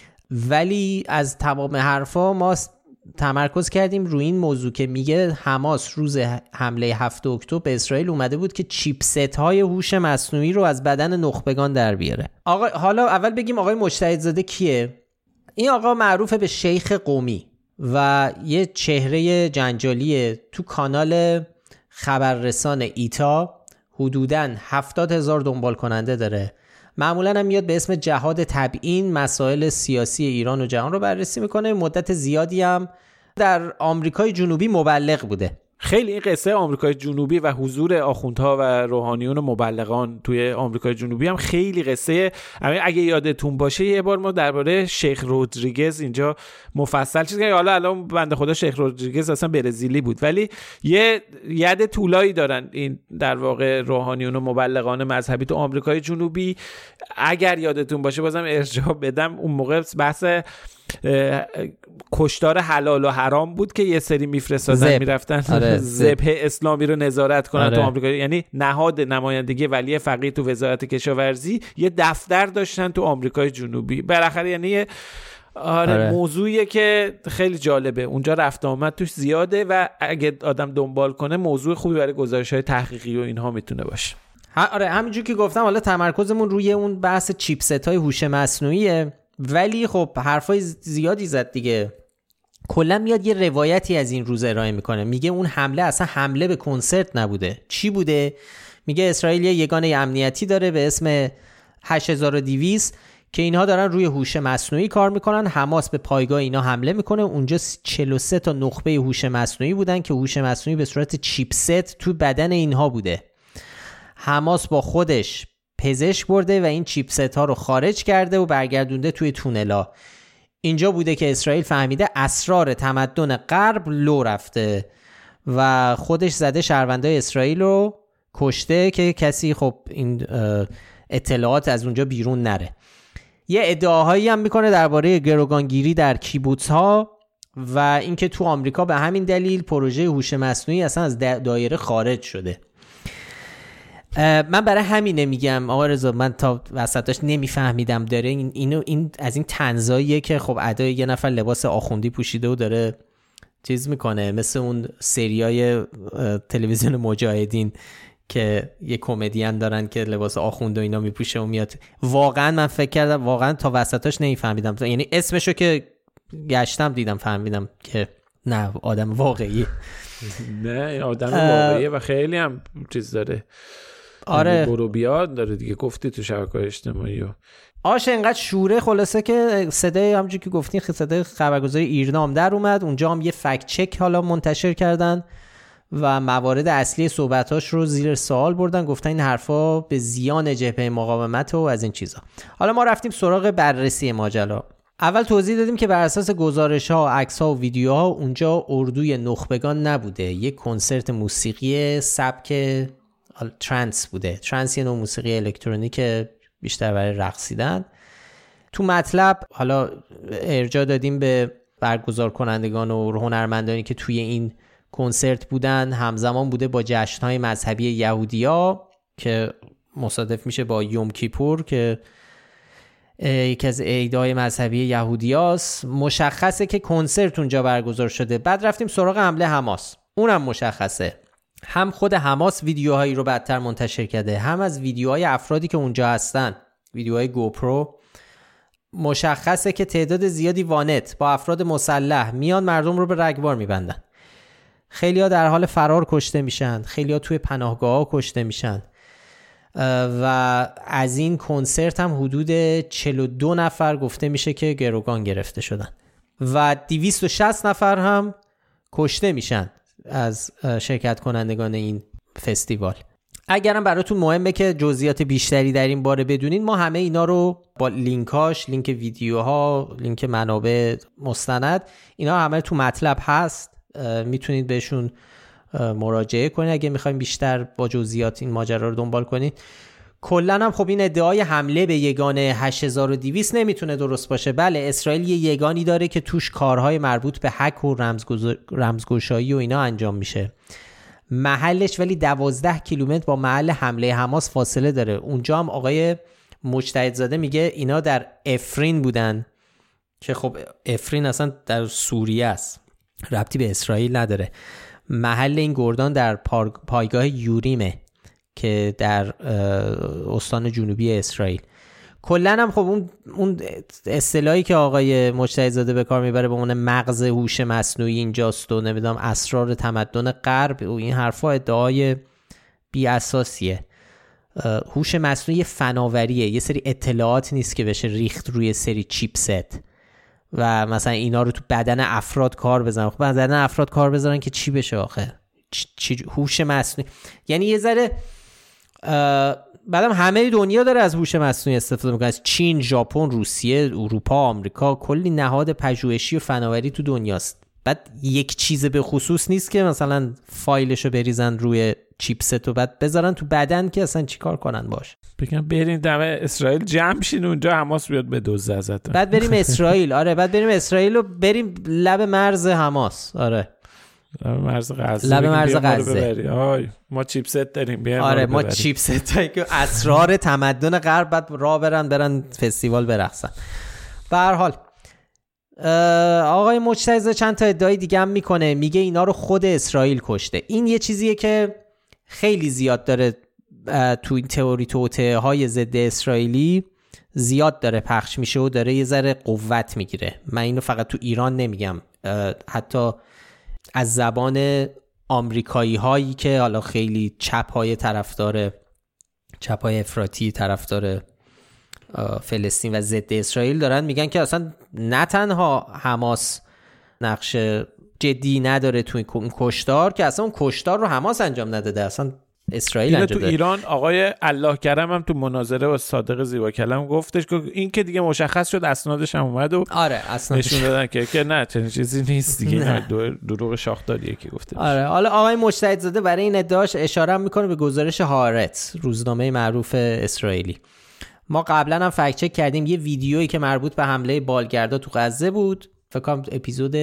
ولی از تمام حرفا ما تمرکز کردیم روی این موضوع که میگه حماس روز حمله 7 اکتبر به اسرائیل اومده بود که چیپست های هوش مصنوعی رو از بدن نخبگان در بیاره. حالا اول بگیم آقای مجتهدزاده کیه؟ این آقا معروفه به شیخ قمی و یه چهره جنجالیه. تو کانال خبررسان ایتا حدوداً 70,000 دنبال کننده داره. معمولاً هم میاد به اسم جهاد تبیین مسائل سیاسی ایران و جهان رو بررسی میکنه. مدت زیادی هم در آمریکای جنوبی مبلغ بوده. خیلی این قصه آمریکای جنوبی و حضور آخوندها و روحانیون و مبلغان توی آمریکای جنوبی هم خیلی قصه. اگه یادتون باشه یه بار ما درباره شیخ رودریگز اینجا مفصل چیز کردیم. حالا الان بنده خدا شیخ رودریگز اصلا برزیلی بود، ولی یه ید طولایی دارن این در واقع روحانیون و مبلغان مذهبی تو آمریکای جنوبی. اگر یادتون باشه بازم ارجاع بدم اون موقع بحث کشتار حلال و حرام بود که یه سری میفرستادن میرفتن ذبح اسلامی رو نظارت کنن تو آمریکا. یعنی نهاد نمایندگی ولی فقیه تو وزارت کشاورزی یه دفتر داشتن تو آمریکای جنوبی. بالاخره یعنی موضوعیه که خیلی جالبه، اونجا رفت آمد توش زیاده و اگه آدم دنبال کنه موضوع خوبی برای گزارش‌های تحقیقی و اینها میتونه باشه. همینجور که گفتم حالا تمرکزمون روی اون بحث چیپست‌های هوش مصنوعیه، ولی خب حرفای زیادی زد دیگه. کلا میاد یه روایتی از این روز ارائه میکنه، میگه اون حمله اصلا حمله به کنسرت نبوده. چی بوده؟ میگه اسرائیل یه یگان امنیتی داره به اسم 8200 که اینها دارن روی هوش مصنوعی کار میکنن. حماس به پایگاه اینا حمله میکنه. اونجا 43 تا نخبه هوش مصنوعی بودن که هوش مصنوعی به صورت چیپست تو بدن اینها بوده. حماس با خودش پزشک برده و این چیپست ها رو خارج کرده و برگردونده توی تونلا. اینجا بوده که اسرائیل فهمیده اسرار تمدن غرب لو رفته و خودش زده شهروندای اسرائیل رو کشته که کسی خب این اطلاعات از اونجا بیرون نره. یه ادعاهایی هم میکنه درباره گروگانگیری در کیبوتس ها و اینکه تو آمریکا به همین دلیل پروژه هوش مصنوعی اصلا از دایره خارج شده. من برای همین نمیگم آقا رضا، من تا وسطاش نمیفهمیدم داره این از این طنزاییه که خب ادای یه نفر لباس آخوندی پوشیده و داره چیز میکنه، مثل اون سریای تلویزیون مجاهدین که یه کمدین دارن که لباس آخوند و اینا میپوشه و میاد. واقعا من فکر کردم، واقعا تا وسطاش نمیفهمیدم، یعنی اسمشو که گشتم دیدم فهمیدم که نه آدم واقعی، نه آدم واقعیه و خیلی هم چیز داره. آره برو بیاد داره دیگه، گفتی تو شبکه‌های اجتماعی آشه اینقدر شوره. خلاصه که صدای همونجوری که گفتین صدای خبرگزاری ایرنا در اومد، اونجا هم یه فکت چک حالا منتشر کردن و موارد اصلی صحبتاش رو زیر سوال بردن، گفتن این حرفا به زیان جبهه مقاومت و از این چیزا. حالا ما رفتیم سراغ بررسی ماجرا. اول توضیح دادیم که بر اساس گزارش‌ها، عکس‌ها و ویدیوها اونجا اردوی نخبگان نبوده، یک کنسرت موسیقی سبک ترانس بوده. ترانس یه نوع موسیقی الکترونیک بیشتر برای رقصیدن. تو مطلب حالا ارجاع دادیم به برگزار کنندگان و هنرمندانی که توی این کنسرت بودن، همزمان بوده با جشن‌های مذهبی یهودی‌ها که مصادف میشه با یوم کیپور که یکی از عیدهای مذهبی یهودیاست. مشخصه که کنسرت اونجا برگزار شده. بعد رفتیم سراغ حمله حماس، اونم مشخصه. هم خود حماس ویدیوهایی رو بعدتر منتشر کرده، هم از ویدیوهای افرادی که اونجا هستن، ویدیوهای گوپرو. مشخصه که تعداد زیادی وانت با افراد مسلح میان مردم رو به رگبار میبندن. خیلی‌ها در حال فرار کشته میشن، خیلی‌ها توی پناهگاه‌ها کشته میشن و از این کنسرت هم حدود 42 نفر گفته میشه که گروگان گرفته شدن و 260 نفر هم کشته میشن از شرکت کنندگان این فستیوال. اگرم براتون مهمه که جزئیات بیشتری در این باره بدونین، ما همه اینا رو با لینکاش، لینک ویدیوها، لینک منابع مستند، اینا همه تو مطلب هست، میتونید بهشون مراجعه کنید اگه میخوایم بیشتر با جزئیات این ماجرا رو دنبال کنید. کلا هم خب این ادعای حمله به یگان 8200 نمیتونه درست باشه. بله اسرائیل یه یگانی داره که توش کارهای مربوط به هک و رمزگشایی و اینا انجام میشه. محلش ولی 12 کیلومتر با محل حمله حماس فاصله داره. اونجا هم آقای مجتهدزاده میگه اینا در افرین بودن که خب افرین اصلا در سوریه است، ربطی به اسرائیل نداره. محل این گردان در پایگاه یوریمه که در استان جنوبی اسرائیل. کلا هم خب اون اصطلاحی که آقای مجتهدزاده به کار میبره به عنوان مغز هوش مصنوعی اینجاست و نمیدونم اسرار تمدن غرب و این حرفا ادعای بی اساسیه. هوش مصنوعی فناوریه، یه سری اطلاعات نیست که بشه ریخت روی سری چیپست و مثلا اینا رو تو بدن افراد کار بزنن. خب بدن افراد کار بزنن که چی بشه آخه؟ هوش مصنوعی یعنی یه ذره بعدم همه دنیا داره از هوش مصنوعی استفاده میکنه، از چین، ژاپن، روسیه، اروپا، آمریکا، کلی نهاد پژوهشی و فناوری تو دنیاست. بعد یک چیز به خصوص نیست که مثلا فایلشو بریزن روی چیپست و بعد بذارن تو بدن که اصلا چیکار کنن باش. بگم بریم دم اسرائیل جمع شین اونجا حماس بیاد به دوزه ازتون. بعد بریم اسرائیل. آره بعد بریم اسرائیل و بریم لب مرز حماس. آره لب مرز غزه. ما چیپست داریم بیایم. آره ما چیپست هایی که اسرار تمدن غرب بعد راه برن فستیوال برقصن. به هر حال آقای مجتهدزاده چند تا ادعای دیگه هم میکنه، میگه اینا رو خود اسرائیل کشته. این یه چیزیه که خیلی زیاد داره تو این تئوری توطئه های ضد اسرائیلی زیاد داره پخش میشه و داره یه ذره قوت میگیره. من اینو فقط تو ایران نمیگم، حتی از زبان آمریکایی هایی که حالا خیلی چپ های افراطی طرفدار فلسطین و ضد اسرائیل دارن میگن که اصلا نه تنها حماس نقش جدی نداره توی این کشتار، که اصلا اون کشتار رو حماس انجام نداده، اصلا اسرائیل انجام تو ایران آقای الله کرم هم تو مناظره با صادق زیبا کلام گفتش که این که دیگه مشخص شد اسنادش هم اومد و آره اسنادش نشون دادن که نه چنین چیزی نیست دیگه، دروغ شاخداریه که گفته. آره حالا آقای مجتهدزاده برای این ادعاش اشاره میکنه به گزارش هارتز، روزنامه معروف اسرائیلی. ما قبلا هم فکت چک کردیم یه ویدیویی که مربوط به حمله بالگردا تو غزه بود، فکر کنم اپیزود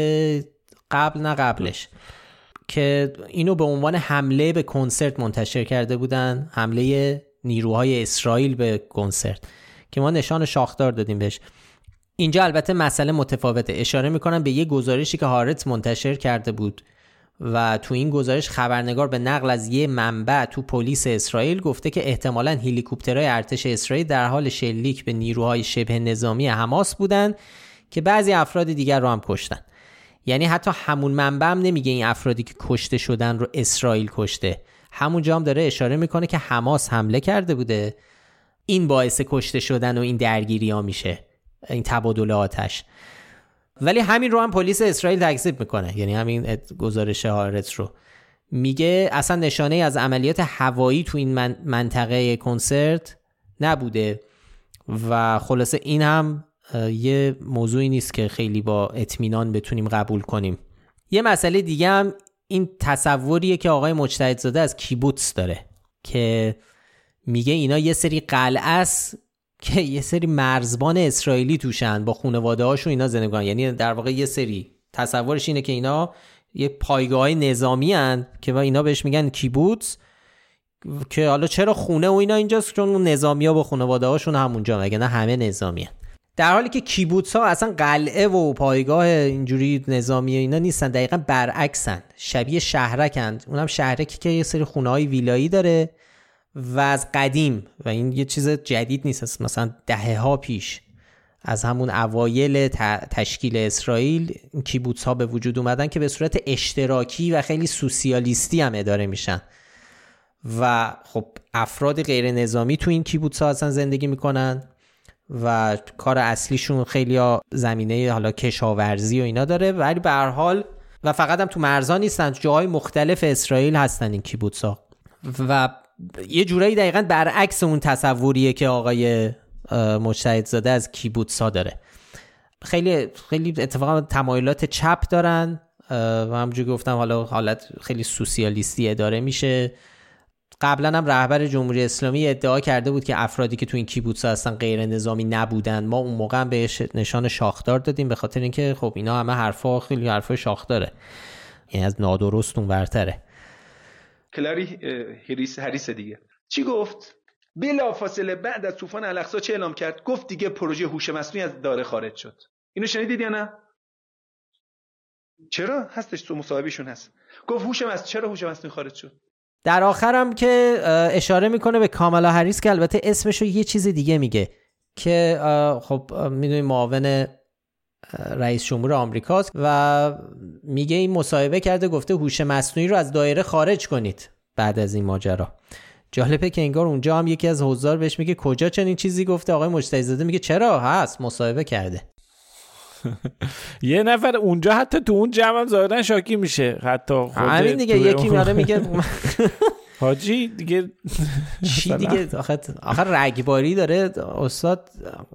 قبلش، که اینو به عنوان حمله به کنسرت منتشر کرده بودن، حمله نیروهای اسرائیل به کنسرت، که ما نشان شاخدار دادیم بهش. اینجا البته مسئله متفاوته، اشاره میکنم به یه گزارشی که هارتز منتشر کرده بود و تو این گزارش خبرنگار به نقل از یه منبع تو پلیس اسرائیل گفته که احتمالاً هلیکوپترهای ارتش اسرائیل در حال شلیک به نیروهای شبه نظامی حماس بودن که بعضی افراد دیگر رو هم کشتن. یعنی حتی همون منبع هم نمیگه این افرادی که کشته شدن رو اسرائیل کشته، همونجا هم داره اشاره میکنه که حماس حمله کرده بوده، این باعث کشته شدن و این درگیری ها میشه، این تبادل آتش. ولی همین رو هم پلیس اسرائیل تکذیب میکنه، یعنی همین گزارش هارتز رو میگه اصلا نشانه از عملیات هوایی تو این منطقه کنسرت نبوده و خلاصه این هم یه موضوعی نیست که خیلی با اطمینان بتونیم قبول کنیم. یه مسئله دیگه هم این تصوریه که آقای مجتهدزاده از کیبوتس داره که میگه اینا یه سری قلعه است که یه سری مرزبان اسرائیلی توشن با خانواده هاشون اینا زندگی می‌کنن، یعنی در واقع یه سری تصورش اینه که اینا یه پایگاه نظامی ان که اینا بهش میگن کیبوتس، که حالا چرا خونه و اینا اینجاست چون اون نظامی‌ها با خانواده هاشون همونجا، مگه نه همه نظامی هن. در حالی که کیبوتس ها اصلا قلعه و پایگاه اینجوری نظامی اینا نیستن، دقیقاً برعکسن، شبیه شهرکن. اونم شهرکی که یه سری خونه‌های ویلایی داره و از قدیم، و این یه چیز جدید نیست، مثلا دهه‌ها پیش از همون اوایل تشکیل اسرائیل این کیبوتس ها به وجود اومدن که به صورت اشتراکی و خیلی سوسیالیستی هم اداره میشن و خب افراد غیر نظامی تو این کیبوتس ها اصلا زندگی میکنن و کار اصلیشون خیلی ها زمینه حالا کشاورزی و اینا داره، ولی به هر حال و فقط هم تو مرزا نیستن، جاهای مختلف اسرائیل هستن این کیبوتس ها و یه جورایی دقیقاً برعکس اون تصوریه که آقای مجتهدزاده از کیبوتس ها داره. خیلی خیلی اتفاقا تمایلات چپ دارن و همونجوری گفتم حالا حالت خیلی سوسیالیستی اداره میشه. قبلا هم رهبر جمهوری اسلامی ادعا کرده بود که افرادی که تو این کیبوتس هستن غیر نظامی نبودن. ما اون موقع هم بهش نشان شاخدار دادیم به خاطر اینکه خب اینا همه حرفا خیلی حرفای شاخداره، یعنی از نادرست اون ورتره. کلاری هریس دیگه چی گفت؟ بلافاصله بعد از طوفان الاقصی چه اعلام کرد؟ گفت دیگه پروژه هوش مصنوعی از دایره خارج شد. اینو شنیدید یا نه؟ چرا؟ هستش تو مصاحبهشون هست. گفت چرا هوش مصنوعی خارج شد؟ در آخرم که اشاره میکنه به کامالا هریس که البته اسمشو یه چیز دیگه میگه که خب میدونی معاون رئیس جمهور آمریکاست و میگه این مصاحبه کرده گفته هوش مصنوعی رو از دایره خارج کنید بعد از این ماجرا. جالبه که انگار اونجا هم یکی از حضار بهش میگه کجا چنین چیزی گفته؟ آقای مجتهدزاده میگه چرا هست، مصاحبه کرده. یه نفر اونجا حتی تو اون جمع هم ظاهرا شاکی میشه، حتی همین دیگه یکی میاره میگه حاجی دیگه چی دیگه آخر رگباری داره استاد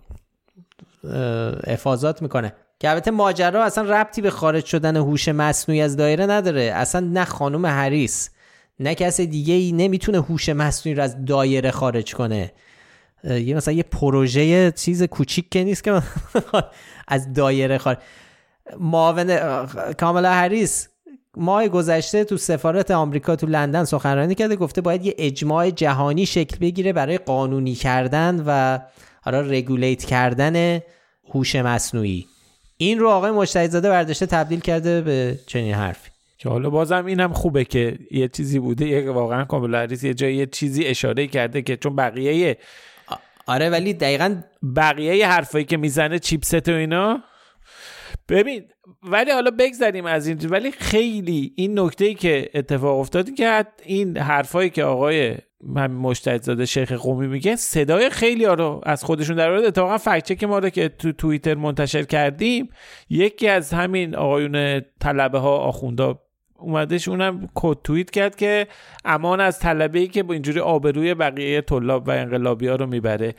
افاضات میکنه که البته ماجرا اصلا ربطی به خارج شدن هوش مصنوعی از دایره نداره. اصلا نه خانم هریس نه کس دیگه ای نمیتونه هوش مصنوعی رو از دایره خارج کنه. یه مثلا یه پروژه چیز کوچیک که نیست که از دایره خارج. معاون کامالا هریس ماه گذشته تو سفارت آمریکا تو لندن سخنرانی کرده، گفته باید یه اجماع جهانی شکل بگیره برای قانونی کردن و حالا رگولیت کردن هوش مصنوعی. این رو آقای مجتهدزاده برداشته تبدیل کرده به چنین حرفی که حالا بازم اینم خوبه که یه چیزی بوده، یه واقعا کاملا هریس یه جایی یه چیزی اشاره کرده که چون بقیه آره ولی دقیقاً بقیه حرفایی که میزنه چیپست و اینا ببین. ولی حالا بگذاریم از این، ولی خیلی این نکته‌ای که اتفاق افتاد که این حرفایی که آقای مجتهدزاده شیخ قمی میگه صدای خیلی ها رو از خودشون در آورد. اتفاقا فکت چک ما رو که تو توییتر منتشر کردیم یکی از همین آقایون طلبه ها آخوندا اومدش اونم کد توییت کرد که امان از طلبه‌ای که با اینجوری آبروی بقیه طلاب و انقلابی‌ها رو میبره،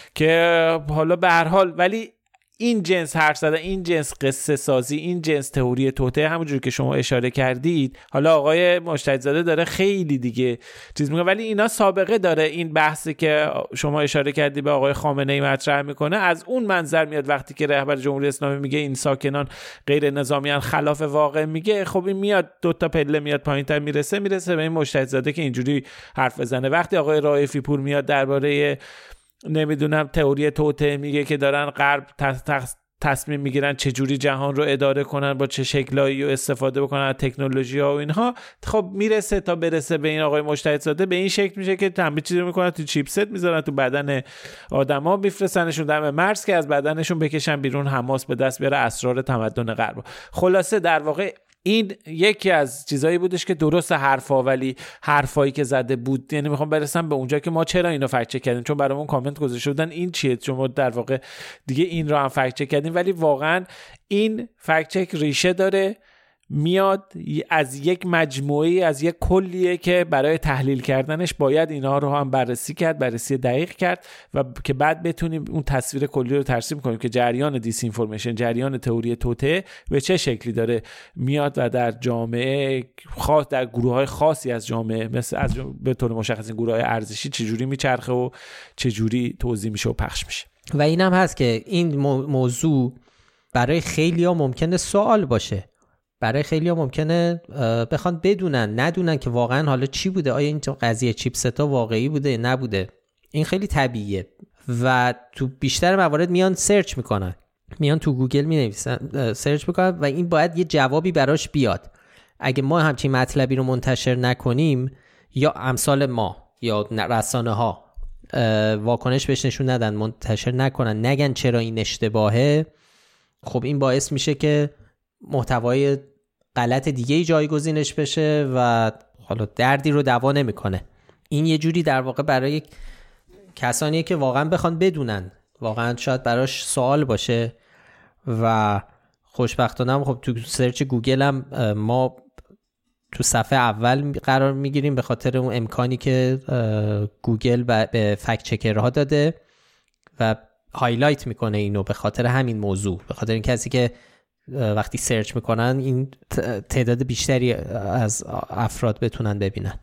که حالا به هر حال ولی این جنس حرف زدن، این جنس قصه سازی، این جنس تئوری توطئه، همونجوری که شما اشاره کردید، حالا آقای مجتهدزاده داره خیلی دیگه چیز میگه، ولی اینا سابقه داره. این بحثی که شما اشاره کردی به آقای خامنه‌ای مطرح میکنه از اون منظر میاد، وقتی که رهبر جمهوری اسلامی میگه این ساکنان غیر نظامیان، خلاف واقع میگه، خب این میاد دو تا پله میاد پایینتر میرسه به این مجتهدزاده که اینجوری حرف بزنه. وقتی آقای رائفی پور میاد درباره نمیدونم تئوری توطئه میگه که دارن غرب تصمیم میگیرن چه جوری جهان رو اداره کنن، با چه شکلایی و استفاده بکنن از تکنولوژی ها و اینها، خب میرسه تا برسه به این آقای مجتهدزاده به این شکل میشه که همه چیز رو میکنن تو چیپست میذارن تو بدن آدما، میفرستنشون دم مرز که از بدنشون بکشن بیرون، حماس به دست بیاره اسرار تمدن غرب. خلاصه در واقع این یکی از چیزایی بودش که درست حرفا، ولی حرفایی که زده بود، یعنی میخوام برسم به اونجا که ما چرا اینو فکت چک کردیم، چون برامون کامنت گذاشته بودن این چیه، چون ما در واقع دیگه این رو هم فکت چک کردیم، ولی واقعا این فکت چک ریشه داره، میاد از یک مجموعی، از یک کلیه که برای تحلیل کردنش باید اینا رو هم بررسی کرد، بررسی دقیق کرد و که بعد بتونیم اون تصویر کلی رو ترسیم کنیم که جریان دیس اینفورمیشن، جریان تئوری توطئه به چه شکلی داره میاد و در جامعه خاص، در گروه‌های خاصی از جامعه، مثل از به طور مشخص این گروه‌های ارزشی چجوری میچرخه و چجوری توزیع میشه و پخش میشه. و اینم هست که این موضوع برای خیلی‌ها ممکنه سوال باشه، برای خیلی ها ممکنه بخوان بدونن ندونن که واقعا حالا چی بوده، آیا این قضیه چیپستا واقعی بوده نبوده. این خیلی طبیعیه و تو بیشتر موارد میان سرچ میکنن، میان تو گوگل مینویسن، سرچ میکنن و این باید یه جوابی براش بیاد. اگه ما همچین مطلبی رو منتشر نکنیم یا امثال ما یا رسانه ها واکنش بهش نشون ندن، منتشر نکنن، نگن چرا این اشتباهه، خب این باعث میشه که محتوای غلط دیگه جایگزینش بشه و حالا دردی رو دوا نمیکنه. این یه جوری در واقع برای کسانیه که واقعا بخوان بدونن، واقعا شاید براش سوال باشه و خوشبختانه هم خب تو سرچ گوگل هم ما تو صفحه اول قرار میگیریم به خاطر اون امکانی که گوگل به فکت چکرها داده و هایلایت میکنه اینو به خاطر همین موضوع، به خاطر این کسی که وقتی سرچ میکنن این تعداد بیشتری از افراد بتونن ببینن.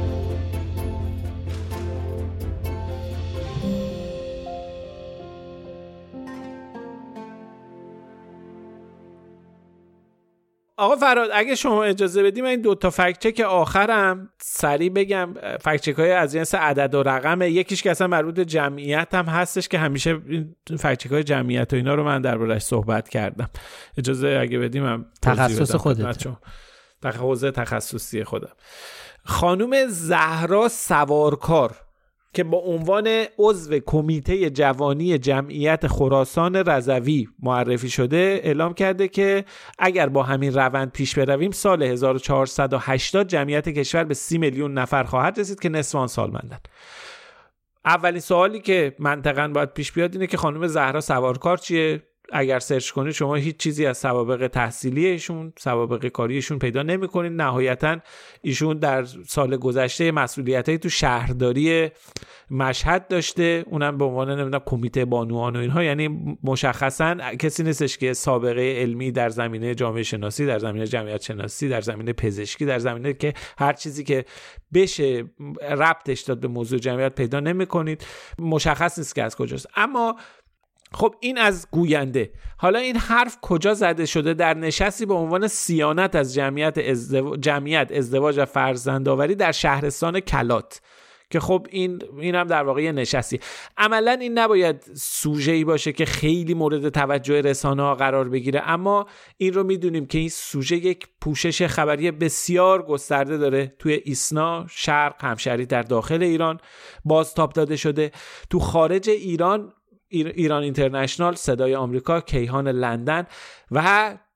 آقا فراد اگه شما اجازه بدیم این دو تا فکت چک آخرم سریع بگم. فکت چک های از جنس عدد و رقم، یکیش که اصلا مربوط به جمعیت هم هستش که همیشه این فکت چک های جمعیت و اینا رو من دربارش صحبت کردم. اجازه اگه بدیم هم تخصص خودت، حوزه تخصصی خودم. خانم زهرا سوارکار که با عنوان عضو کمیته جوانی جمعیت خراسان رضوی معرفی شده، اعلام کرده که اگر با همین روند پیش برویم سال 1480 جمعیت کشور به 30 میلیون نفر خواهد رسید که نصف آن سالمندند. اولین سوالی که منطقاً باید پیش بیاد اینه که خانم زهرا سوارکار چیه؟ اگر سرچ کنید شما هیچ چیزی از سوابق تحصیلی ایشون، سوابق کاری ایشون پیدا نمی‌کنید. نهایتاً ایشون در سال گذشته مسئولیتایی تو شهرداری مشهد داشته، اونم به عنوان نمیدونم کمیته بانوان و اینها، یعنی مشخصاً کسی نیستش که سابقه علمی در زمینه جامعه شناسی، در زمینه جمعیت شناسی، در زمینه پزشکی، در زمینه که هر چیزی که بشه ربطش داد به موضوع جمعیت پیدا نمی‌کنید. مشخص نیست که از کجاست. اما خب این از گوینده. حالا این حرف کجا زده شده؟ در نشستی به عنوان صیانت از جمعیت ازدواج و فرزندآوری در شهرستان کلات که خب این هم در واقع نشستی. عملا این نباید سوژه‌ای باشه که خیلی مورد توجه رسانه‌ها قرار بگیره، اما این رو میدونیم که این سوژه یک پوشش خبری بسیار گسترده داره. توی ایسنا، شرق، همشهری در داخل ایران بازتاب داده شده. تو خارج ایران، ایران اینترنشنال، صدای آمریکا، کیهان لندن و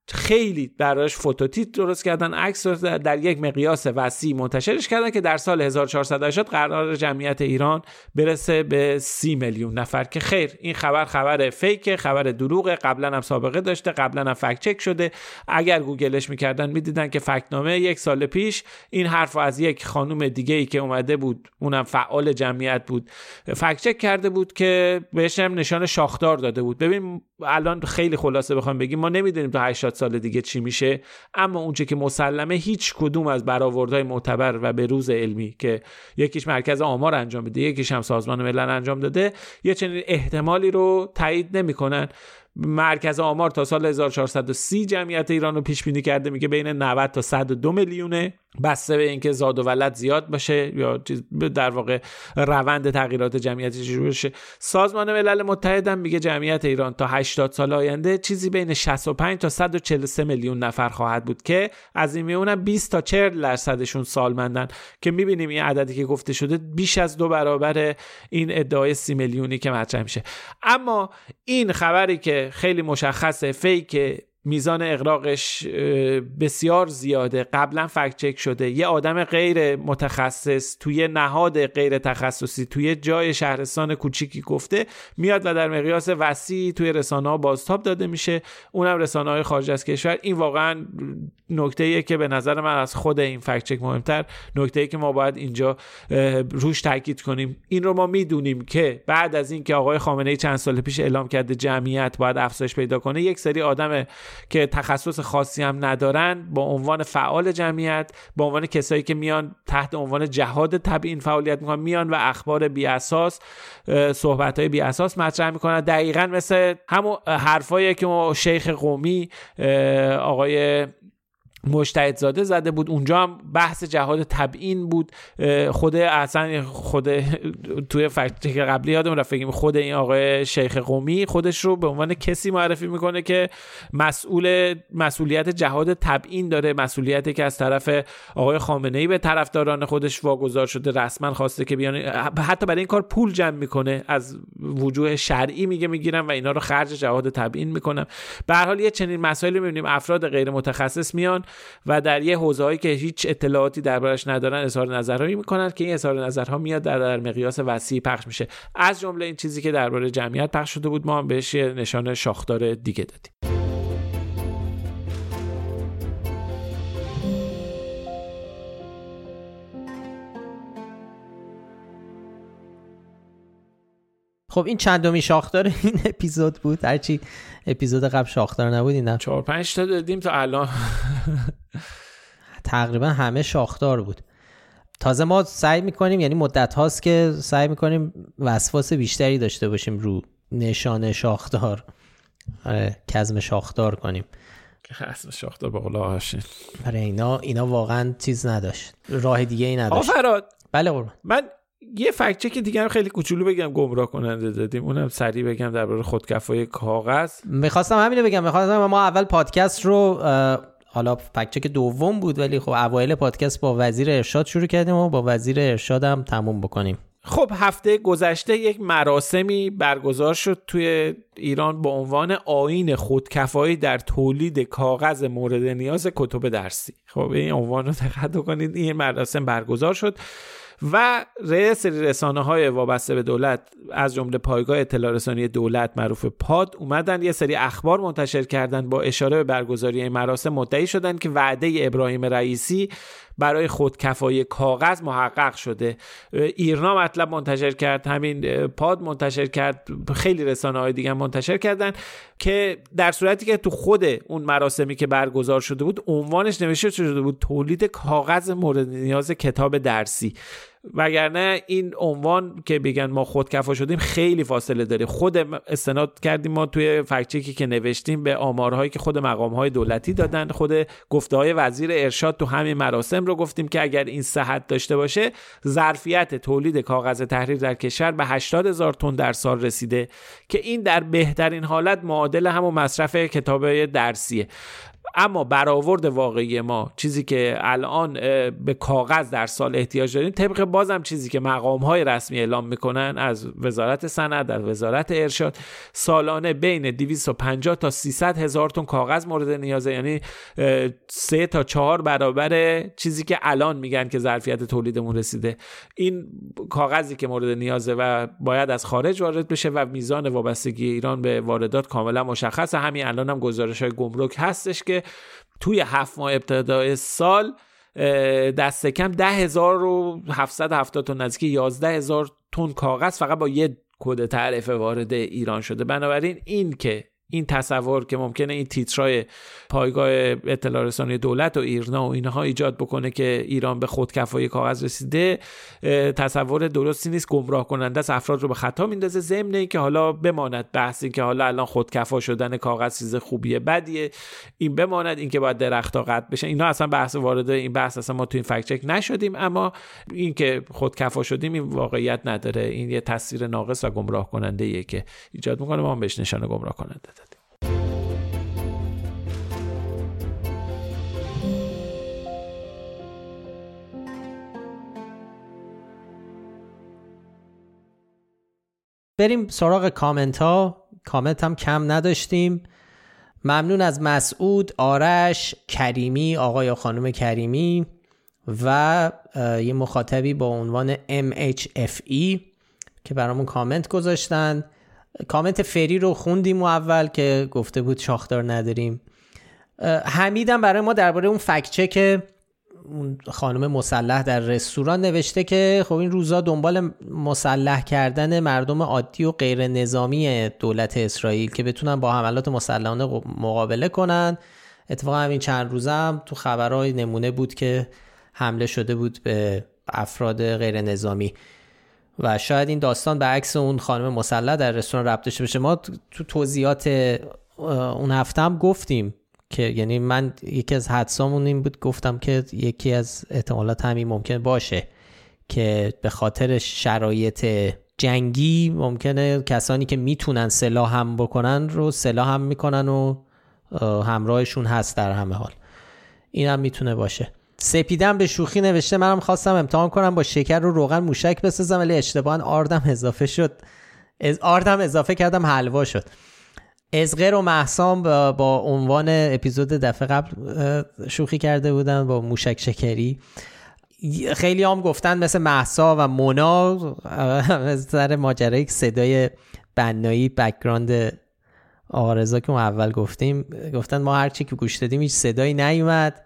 خیلی براش فوتوتیپ درست کردن، عکس در یک مقیاس وسیع منتشرش کردن که در سال 1480 قرار جمعیت ایران برسه به 30 میلیون نفر که خیر این خبر فیکه، خبر دروغه، قبلا هم سابقه داشته، قبلا هم فکت چک شده. اگر گوگلش میکردن میدیدن که فکتنامه 1 سال پیش این حرفو از یک خانم دیگه ای که اومده بود اونم فعال جمعیت بود فکت چک کرده بود که بهش هم نشان شاخدار داده بود. ببین الان خیلی خلاصه بخوام بگیم ما نمیدونیم تا 80 سال دیگه چی میشه، اما اونچه که مسلمه هیچ کدوم از برآوردهای معتبر و به روز علمی که یکیش مرکز آمار انجام بده یکیش هم سازمان ملل انجام داده یه چنین احتمالی رو تایید نمیکنن. مرکز آمار تا سال 1430 جمعیت ایران رو پیش بینی کرده، میگه بین 90 تا 102 میلیونه، بسته به اینکه زاد و ولد زیاد باشه یا در واقع روند تغییرات جمعیتی چجوری باشه. سازمان ملل متحد هم میگه جمعیت ایران تا 80 سال آینده چیزی بین 65 تا 143 میلیون نفر خواهد بود که از این میونه 20 تا 40% سالمندن که میبینیم این عددی که گفته شده بیش از 2 برابر این ادعای 30 میلیونی که مطرح میشه. اما این خبری که خیلی مشخصه فیک، میزان اغراقش بسیار زیاده، قبلا فکت چک شده، یه آدم غیر متخصص توی نهاد غیر تخصصی توی جای شهرستان کوچیکی گفته، میاد و در مقیاس وسیع توی رسانه‌ها بازتاب داده میشه، اونم رسانه‌های خارج از کشور. این واقعا نکته‌ایه که به نظر من از خود این فکت چک مهمتر، نکته‌ای که ما باید اینجا روش تاکید کنیم. این رو ما میدونیم که بعد از این که آقای خامنه‌ای چند سال پیش اعلام کرده جمعیت باید افزایش پیدا کنه، یک سری آدم که تخصص خاصی هم ندارن با عنوان فعال جمعیت، با عنوان کسایی که میان تحت عنوان جهاد تبیین فعالیت میکنن، میان و اخبار بی اساس، صحبت‌های بی اساس مطرح میکنن، دقیقاً مثل همون حرفایی که ما شیخ قومی آقای مجتهدزاده زده بود. اونجا هم بحث جهاد تبیین بود. خود توی فکت قبلی یادم رفت بگیم خود این آقای شیخ قومی خودش رو به عنوان کسی معرفی میکنه که مسئولیت جهاد تبیین داره، مسئولیتی که از طرف آقای خامنه‌ای به طرفداران خودش واگذار شده، رسما خواسته که بیان، حتی برای این کار پول جمع میکنه از وجوه شرعی میگیرن و اینا رو خرج جهاد تبیین میکنن. به هر حال یه چنین مسائلی میبینیم افراد غیر متخصص میان و در یه حوزه‌ای که هیچ اطلاعاتی دربارش ندارن اظهار نظرهایی میکنن که این اظهار نظرها میاد در مقیاس وسیع پخش میشه. از جمله این چیزی که درباره جمعیت پخش شده بود ما هم بهش نشانه شاخدار دیگه دادیم. خب این چندمی شاخدار این اپیزود بود؟ هرچی اپیزود قبل شاخدار نبود اینا 4-5 تا دادیم تا الان تقریبا همه شاخدار بود. تازه ما سعی میکنیم، یعنی مدت هاست که سعی میکنیم وسواس بیشتری داشته باشیم رو نشانه شاخدار، کزم شاخدار کنیم. کزم شاخدار با قول هاشم برای اینا واقعا چیز نداشت، راه دیگه ای نداشت. فراد بله قربان. من یه فکت چک دیگه هم خیلی کوچولو بگم، گمراه کننده دادیم، اونم سریع بگم درباره خودکفای کاغذ. میخواستم همینو بگم. ما اول پادکست رو حالا فکت چک دوم بود ولی خب اوایل پادکست با وزیر ارشاد شروع کردیم و با وزیر ارشاد هم تموم بکنیم. خب هفته گذشته یک مراسمی برگزار شد توی ایران با عنوان آیین خودکفایی در تولید کاغذ مورد نیاز کتب درسی. خب این عنوان رو دقت کنید، این مراسم برگزار شد و رئیس رسانه‌های وابسته به دولت از جمله پایگاه اطلاع رسانی دولت معروف پاد اومدن یه سری اخبار منتشر کردن با اشاره به برگزاری این مراسم، مدعی شدن که وعده ابراهیم رئیسی برای خودکفایی کاغذ محقق شده. ایرنا مطلب منتشر کرد، همین پاد منتشر کرد، خیلی رسانه‌های دیگه منتشر کردن که در صورتی که تو خود اون مراسمی که برگزار شده بود عنوانش نوشته شده بود تولید کاغذ مورد نیاز کتاب درسی، وگرنه این عنوان که بگن ما خودکفا شدیم خیلی فاصله داره. خود استناد کردیم ما توی فکت چکی که نوشتیم به آمارهایی که خود مقام‌های دولتی دادن، خود گفته‌های وزیر ارشاد تو همین مراسم رو گفتیم که اگر این صحت داشته باشه ظرفیت تولید کاغذ تحریر در کشور به 80,000 تن در سال رسیده که این در بهترین حالت معادل همون مصرف کتاب درسیه. اما برآورد واقعی ما، چیزی که الان به کاغذ در سال احتیاج داریم، طبق بازم چیزی که مقام‌های رسمی اعلام میکنن از وزارت صنعت، از وزارت ارشاد، سالانه بین 250 تا 300 هزار تن کاغذ مورد نیازه، یعنی 3 تا 4 برابر چیزی که الان میگن که ظرفیت تولیدمون رسیده. این کاغذی که مورد نیازه و باید از خارج وارد بشه و میزان وابستگی ایران به واردات کاملا مشخصه. همین الان هم گزارش‌های گمرک هستش که توی 7 ماه ابتدای سال دست کم 10,770 تن، نزدیک 11,000 تن کاغذ فقط با یه کد تعرفه وارد ایران شده. بنابراین این تصور که ممکنه این تیترای پایگاه اطلاع رسانی دولت و ایرنا و اینها ایجاد بکنه که ایران به خودکفایی کاغذ رسیده، تصور درستی نیست، گمراه کننده است، افراد رو به خطا میندازه. ضمن این که حالا بماند بحثی که حالا الان خودکفا شدن کاغذ چیز خوبیه بدیه، این بماند، این که باید درخت‌ها قطع بشن، اینا اصلا بحث وارد این بحث اصلا ما تو این فکت چک نشدیم. اما این که خودکفا شدیم این واقعیت نداره، این یه تصویر ناقص و گمراه کننده ایه که ایجاد میکنه، ما هم بهش نشانه گمراه کننده دادیم. بریم سراغ کامنت ها. کامنت هم کم نداشتیم. ممنون از مسعود، آرش، کریمی، آقای یا خانم کریمی و یه مخاطبی با عنوان MHFE که برامون کامنت گذاشتن. کامنت فری رو خوندیم اول که گفته بود شاخدار نداریم. حمیدم برای ما درباره اون فکت چک اون خانم مسلح در رستوران نوشته که خب این روزا دنبال مسلح کردن مردم عادی و غیر نظامی دولت اسرائیل که بتونن با حملات مسلحانه مقابله کنن. اتفاقا همین چند روزه هم تو خبرهای نمونه بود که حمله شده بود به افراد غیر نظامی و شاید این داستان به عکس اون خانم مسلح در رستوران ربط داشته باشه. ما تو توضیحات اون هفته هم گفتیم که یعنی من یکی از حدسامون این بود، گفتم که یکی از احتمالات همین ممکن باشه که به خاطر شرایط جنگی ممکنه کسانی که میتونن سلاح هم بکنن رو سلاح هم میکنن و همراهشون هست در همه حال. این هم میتونه باشه. سپیدم به شوخی نوشته منم خواستم امتحان کنم با شکر و روغن موشک بسازم ولی اشتباهاً آردم اضافه شد. آردم اضافه کردم حلوا شد. ازغر و محسام با عنوان اپیزود دفعه قبل شوخی کرده بودن با موشک شکری. خیلی هم گفتن مثل محسا و مونا سر ماجرای صدای بنایی بک‌گراند آقا رضا که ما اول گفتن ما هرچی که گوش دادیم هیچ صدایی نیومد.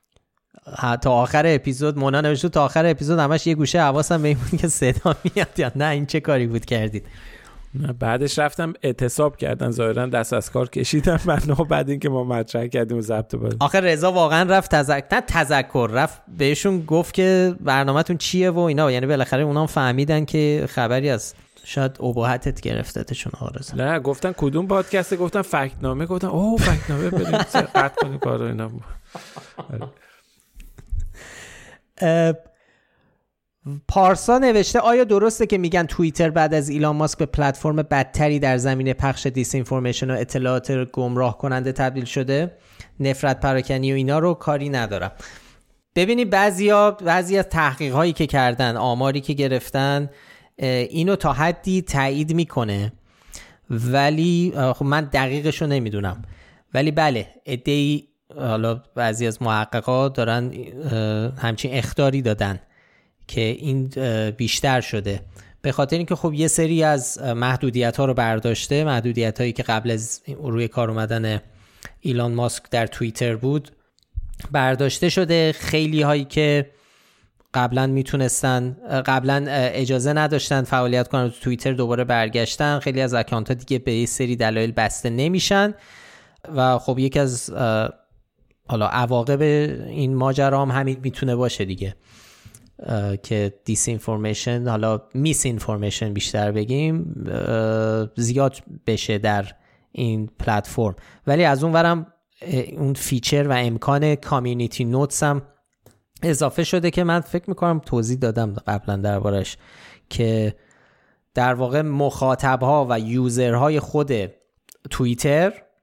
تا آخر اپیزود مونا نوشته تا آخر اپیزود همش یه گوشه حواسم به این بود که صدا میاد یا نه این چه کاری بود کردید. بعدش رفتم اعتصاب کردن، ظاهرا دست از کار کشیدن منو بعد اینکه ما مطرح کردیم و ضبط بود. آخه رضا واقعا رفت تذکر رفت بهشون گفت که برنامه‌تون چیه و اینا، یعنی بالاخره اونا هم فهمیدن که خبری از شاید اباحتت گرفتتشون. آرزو نه گفتن کدوم پادکسته، گفتن فکت‌نامه، گفتن اوه فکت‌نامه بریم قطع کنیم کارو اینا. پارسا نوشته آیا درسته که میگن توییتر بعد از ایلان ماسک به پلتفرم بدتری در زمینه پخش دیس اینفورمیشن و اطلاعات گمراه کننده تبدیل شده؟ نفرت پراکنی و اینا رو کاری ندارم. ببینید بعضی از تحقیق هایی که کردن، آماری که گرفتن اینو تا حدی تایید میکنه، ولی خب من دقیقشو نمیدونم، ولی بله عده‌ای حالا بعضی از محققا دارن همچین اخطاری دادن که این بیشتر شده به خاطر اینکه خب یه سری از محدودیت‌ها رو برداشته، محدودیت‌هایی که قبل از روی کار اومدن ایلان ماسک در توییتر بود برداشته شده. خیلی هایی که قبلا اجازه نداشتن فعالیت کنن تو توییتر دوباره برگشتن. خیلی از اکانت‌ها دیگه به یه سری دلایل بسته نمیشن و خب یکی از حالا عواقب این ماجرا هم همین میتونه باشه دیگه که دیس اینفورمیشن، حالا میس اینفورمیشن بیشتر بگیم، زیاد بشه در این پلتفرم. ولی از اون ورم اون فیچر و امکان کامیونیتی نوتس هم اضافه شده که من فکر میکنم توضیح دادم قبلا دربارش، که در واقع مخاطبها و یوزرهای خود توییتر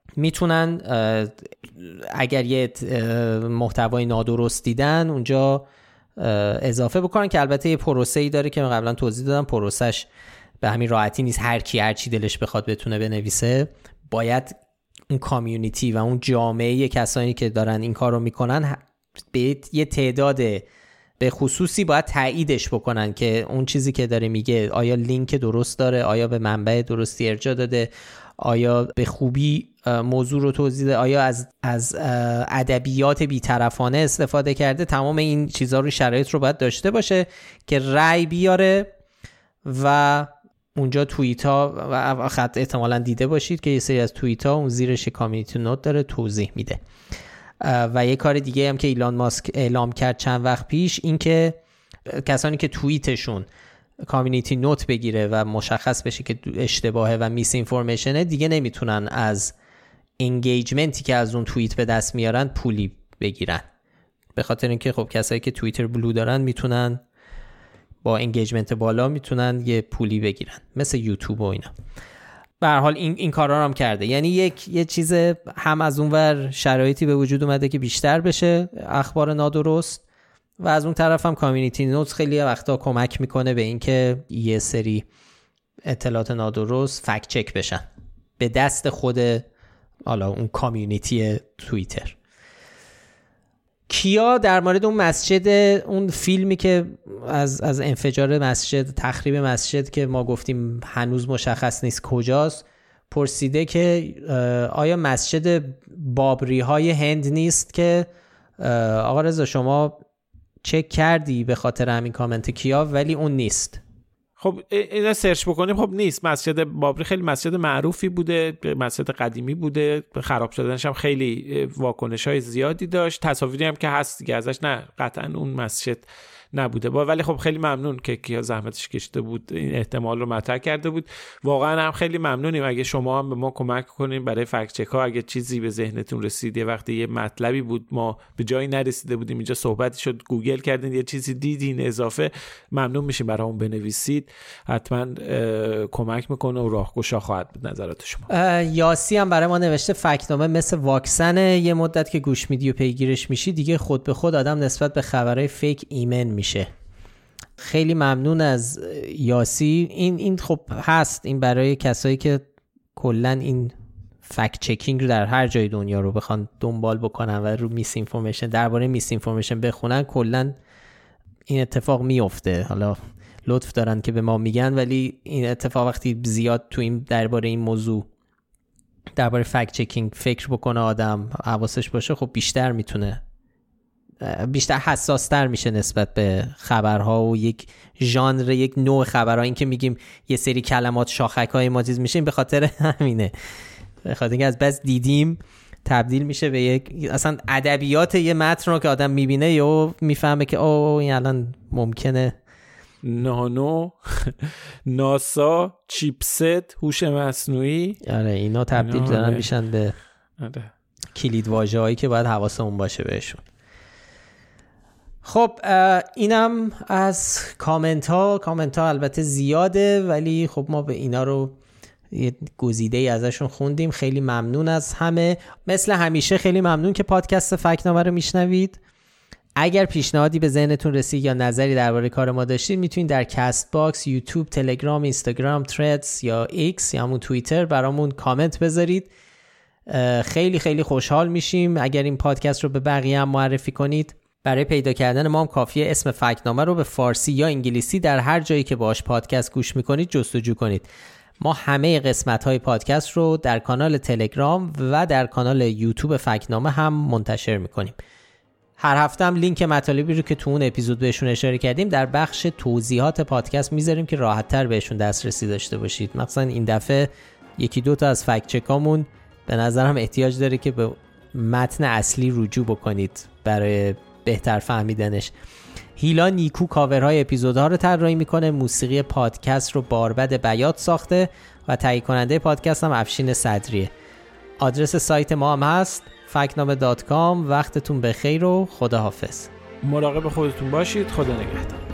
میتونن اگر یه محتوای نادرست دیدن اونجا اضافه بکنن، که البته یه پروسه‌ای داره که من قبلا توضیح دادم، پروسش به همین راحتی نیست هر کی هر چی دلش بخواد بتونه بنویسه. باید اون کامیونیتی و اون جامعه کسانی که دارن این کار رو میکنن به یه تعداد به خصوصی باید تاییدش بکنن که اون چیزی که داره میگه آیا لینک درست داره، آیا به منبع درستی ارجاع داده، آیا به خوبی موضوع رو توضیح داده، آیا از ادبیات بی‌طرفانه استفاده کرده. تمام این چیزا رو شرایط رو باید داشته باشه که رأی بیاره. و اونجا توییت ها و خط احتمالاً دیده باشید که یه سری از توییت ها اون زیرش کامیونیتی نوت داره توضیح میده. و یه کار دیگه هم که ایلان ماسک اعلام کرد چند وقت پیش، این که کسانی که توییتشون کامیونیتی نوت بگیره و مشخص بشه که اشتباهه و میس اینفورمیشنه، دیگه نمیتونن از انگیجمنتی که از اون توییت به دست میارن پولی بگیرن. به خاطر اینکه خب کسایی که توییتر بلو دارن میتونن با انگیجمنت بالا میتونن یه پولی بگیرن، مثل یوتیوب و اینا. به هر حال این کارا رو هم کرده. یعنی یه چیز هم از اونور شرایطی به وجود اومده که بیشتر بشه اخبار نادرست، و از اون طرف هم کامیونیتی نوتس خیلی وقتا کمک میکنه به این که یه سری اطلاعات نادرست فکت چک بشن به دست خود حالا اون کامیونیتی توییتر. کیا در مورد اون مسجد، اون فیلمی که از انفجار مسجد، تخریب مسجد که ما گفتیم هنوز مشخص نیست کجاست، پرسیده که آیا مسجد بابری های هند نیست که آقا رضا شما چک کردی به خاطر همین کامنت کیا، ولی اون نیست. خب اینا سرچ بکنیم خب نیست. مسجد بابری خیلی مسجد معروفی بوده، مسجد قدیمی بوده، خراب شدنش هم خیلی واکنش‌های زیادی داشت. تصاویری هم که هست دیگه ازش، نه قطعا اون مسجد نبوده ولی خب خیلی ممنون که کیا زحمتش کشیده بود این احتمال رو مطرح کرده بود. واقعا هم خیلی ممنونیم اگه شما هم به ما کمک کنین برای فکت چک ها. اگه چیزی به ذهنتون رسید، یه وقتی یه مطلبی بود ما به جایی نرسیده بودیم، اینجا صحبتی شد، گوگل کردین، یه چیزی دیدین اضافه، ممنون میشیم برامون بنویسید. حتما کمک میکنه و راهگشا خواهد بود نظرات شما. یاسی هم برای ما نوشته فکت‌نامه مثل واکسن، یه مدت که گوش میدی و پیگیرش میشی دیگه خود به خود آدم نسبت به خبرهای فیک ایمن میشه. خیلی ممنون از یاسی. این خب هست، این برای کسایی که کلن این فکت چکینگ رو در هر جای دنیا رو بخوان دنبال بکنن و رو میس اینفورمیشن، درباره میس اینفورمیشن بخونن، کلن این اتفاق میفته. حالا لطف دارن که به ما میگن، ولی این اتفاق وقتی زیاد تو این درباره این موضوع، درباره فکت چکینگ فکر بکنه آدم، حواسش باشه، خب بیشتر میتونه، بیشتر حساستر میشه نسبت به خبرها و یک ژانر، یک نوع خبرها. این که میگیم یه سری کلمات شاخک‌های ما چیز میشه، به خاطر همینه، به خاطر اینکه از بس دیدیم تبدیل میشه به یک اصلا ادبیات یه متن رو که آدم میبینه یا میفهمه که این الان ممکنه نانو، ناسا، چیپست، هوش مصنوعی، آره اینا تبدیل دارن میشن به کلید واژه‌هایی که باید حواسمون باشه بهشون. خب اینم از کامنت ها البته زیاده، ولی خب ما به اینا رو یه گزیده ای ازشون خوندیم. خیلی ممنون از همه، مثل همیشه خیلی ممنون که پادکست فکت‌نامه رو میشنوید. اگر پیشنهادی به ذهنتون رسید یا نظری درباره کار ما داشتید، میتونید در کست باکس، یوتیوب، تلگرام، اینستاگرام، تردز یا ایکس یا همون توییتر برامون کامنت بذارید. خیلی خیلی خوشحال میشیم اگر این پادکست رو به بقیه هم معرفی کنید. برای پیدا کردن ما هم کافیه اسم فکت‌نامه رو به فارسی یا انگلیسی در هر جایی که باهاش پادکست گوش میکنید جستجو کنید. ما همه قسمت‌های پادکست رو در کانال تلگرام و در کانال یوتیوب فکت‌نامه هم منتشر میکنیم. هر هفته هم لینک مطالبی رو که تو اون اپیزود بهشون اشاره کردیم در بخش توضیحات پادکست میذاریم که راحت‌تر بهشون دسترسی داشته باشید. مثلا این دفعه یکی دو تا از فکت چکامون به نظرم احتیاج داره که به متن اصلی رجوع بکنید برای بهتر فهمیدنش. هیلا نیکو کاورهای اپیزودها رو طراحی میکنه، موسیقی پادکست رو باربد بیات ساخته و تهیه کننده پادکست هم افشین صدریه. آدرس سایت ما هم هست fakname.com. وقتتون بخیر و خداحافظ. مراقب خودتون باشید. خدا نگهدار.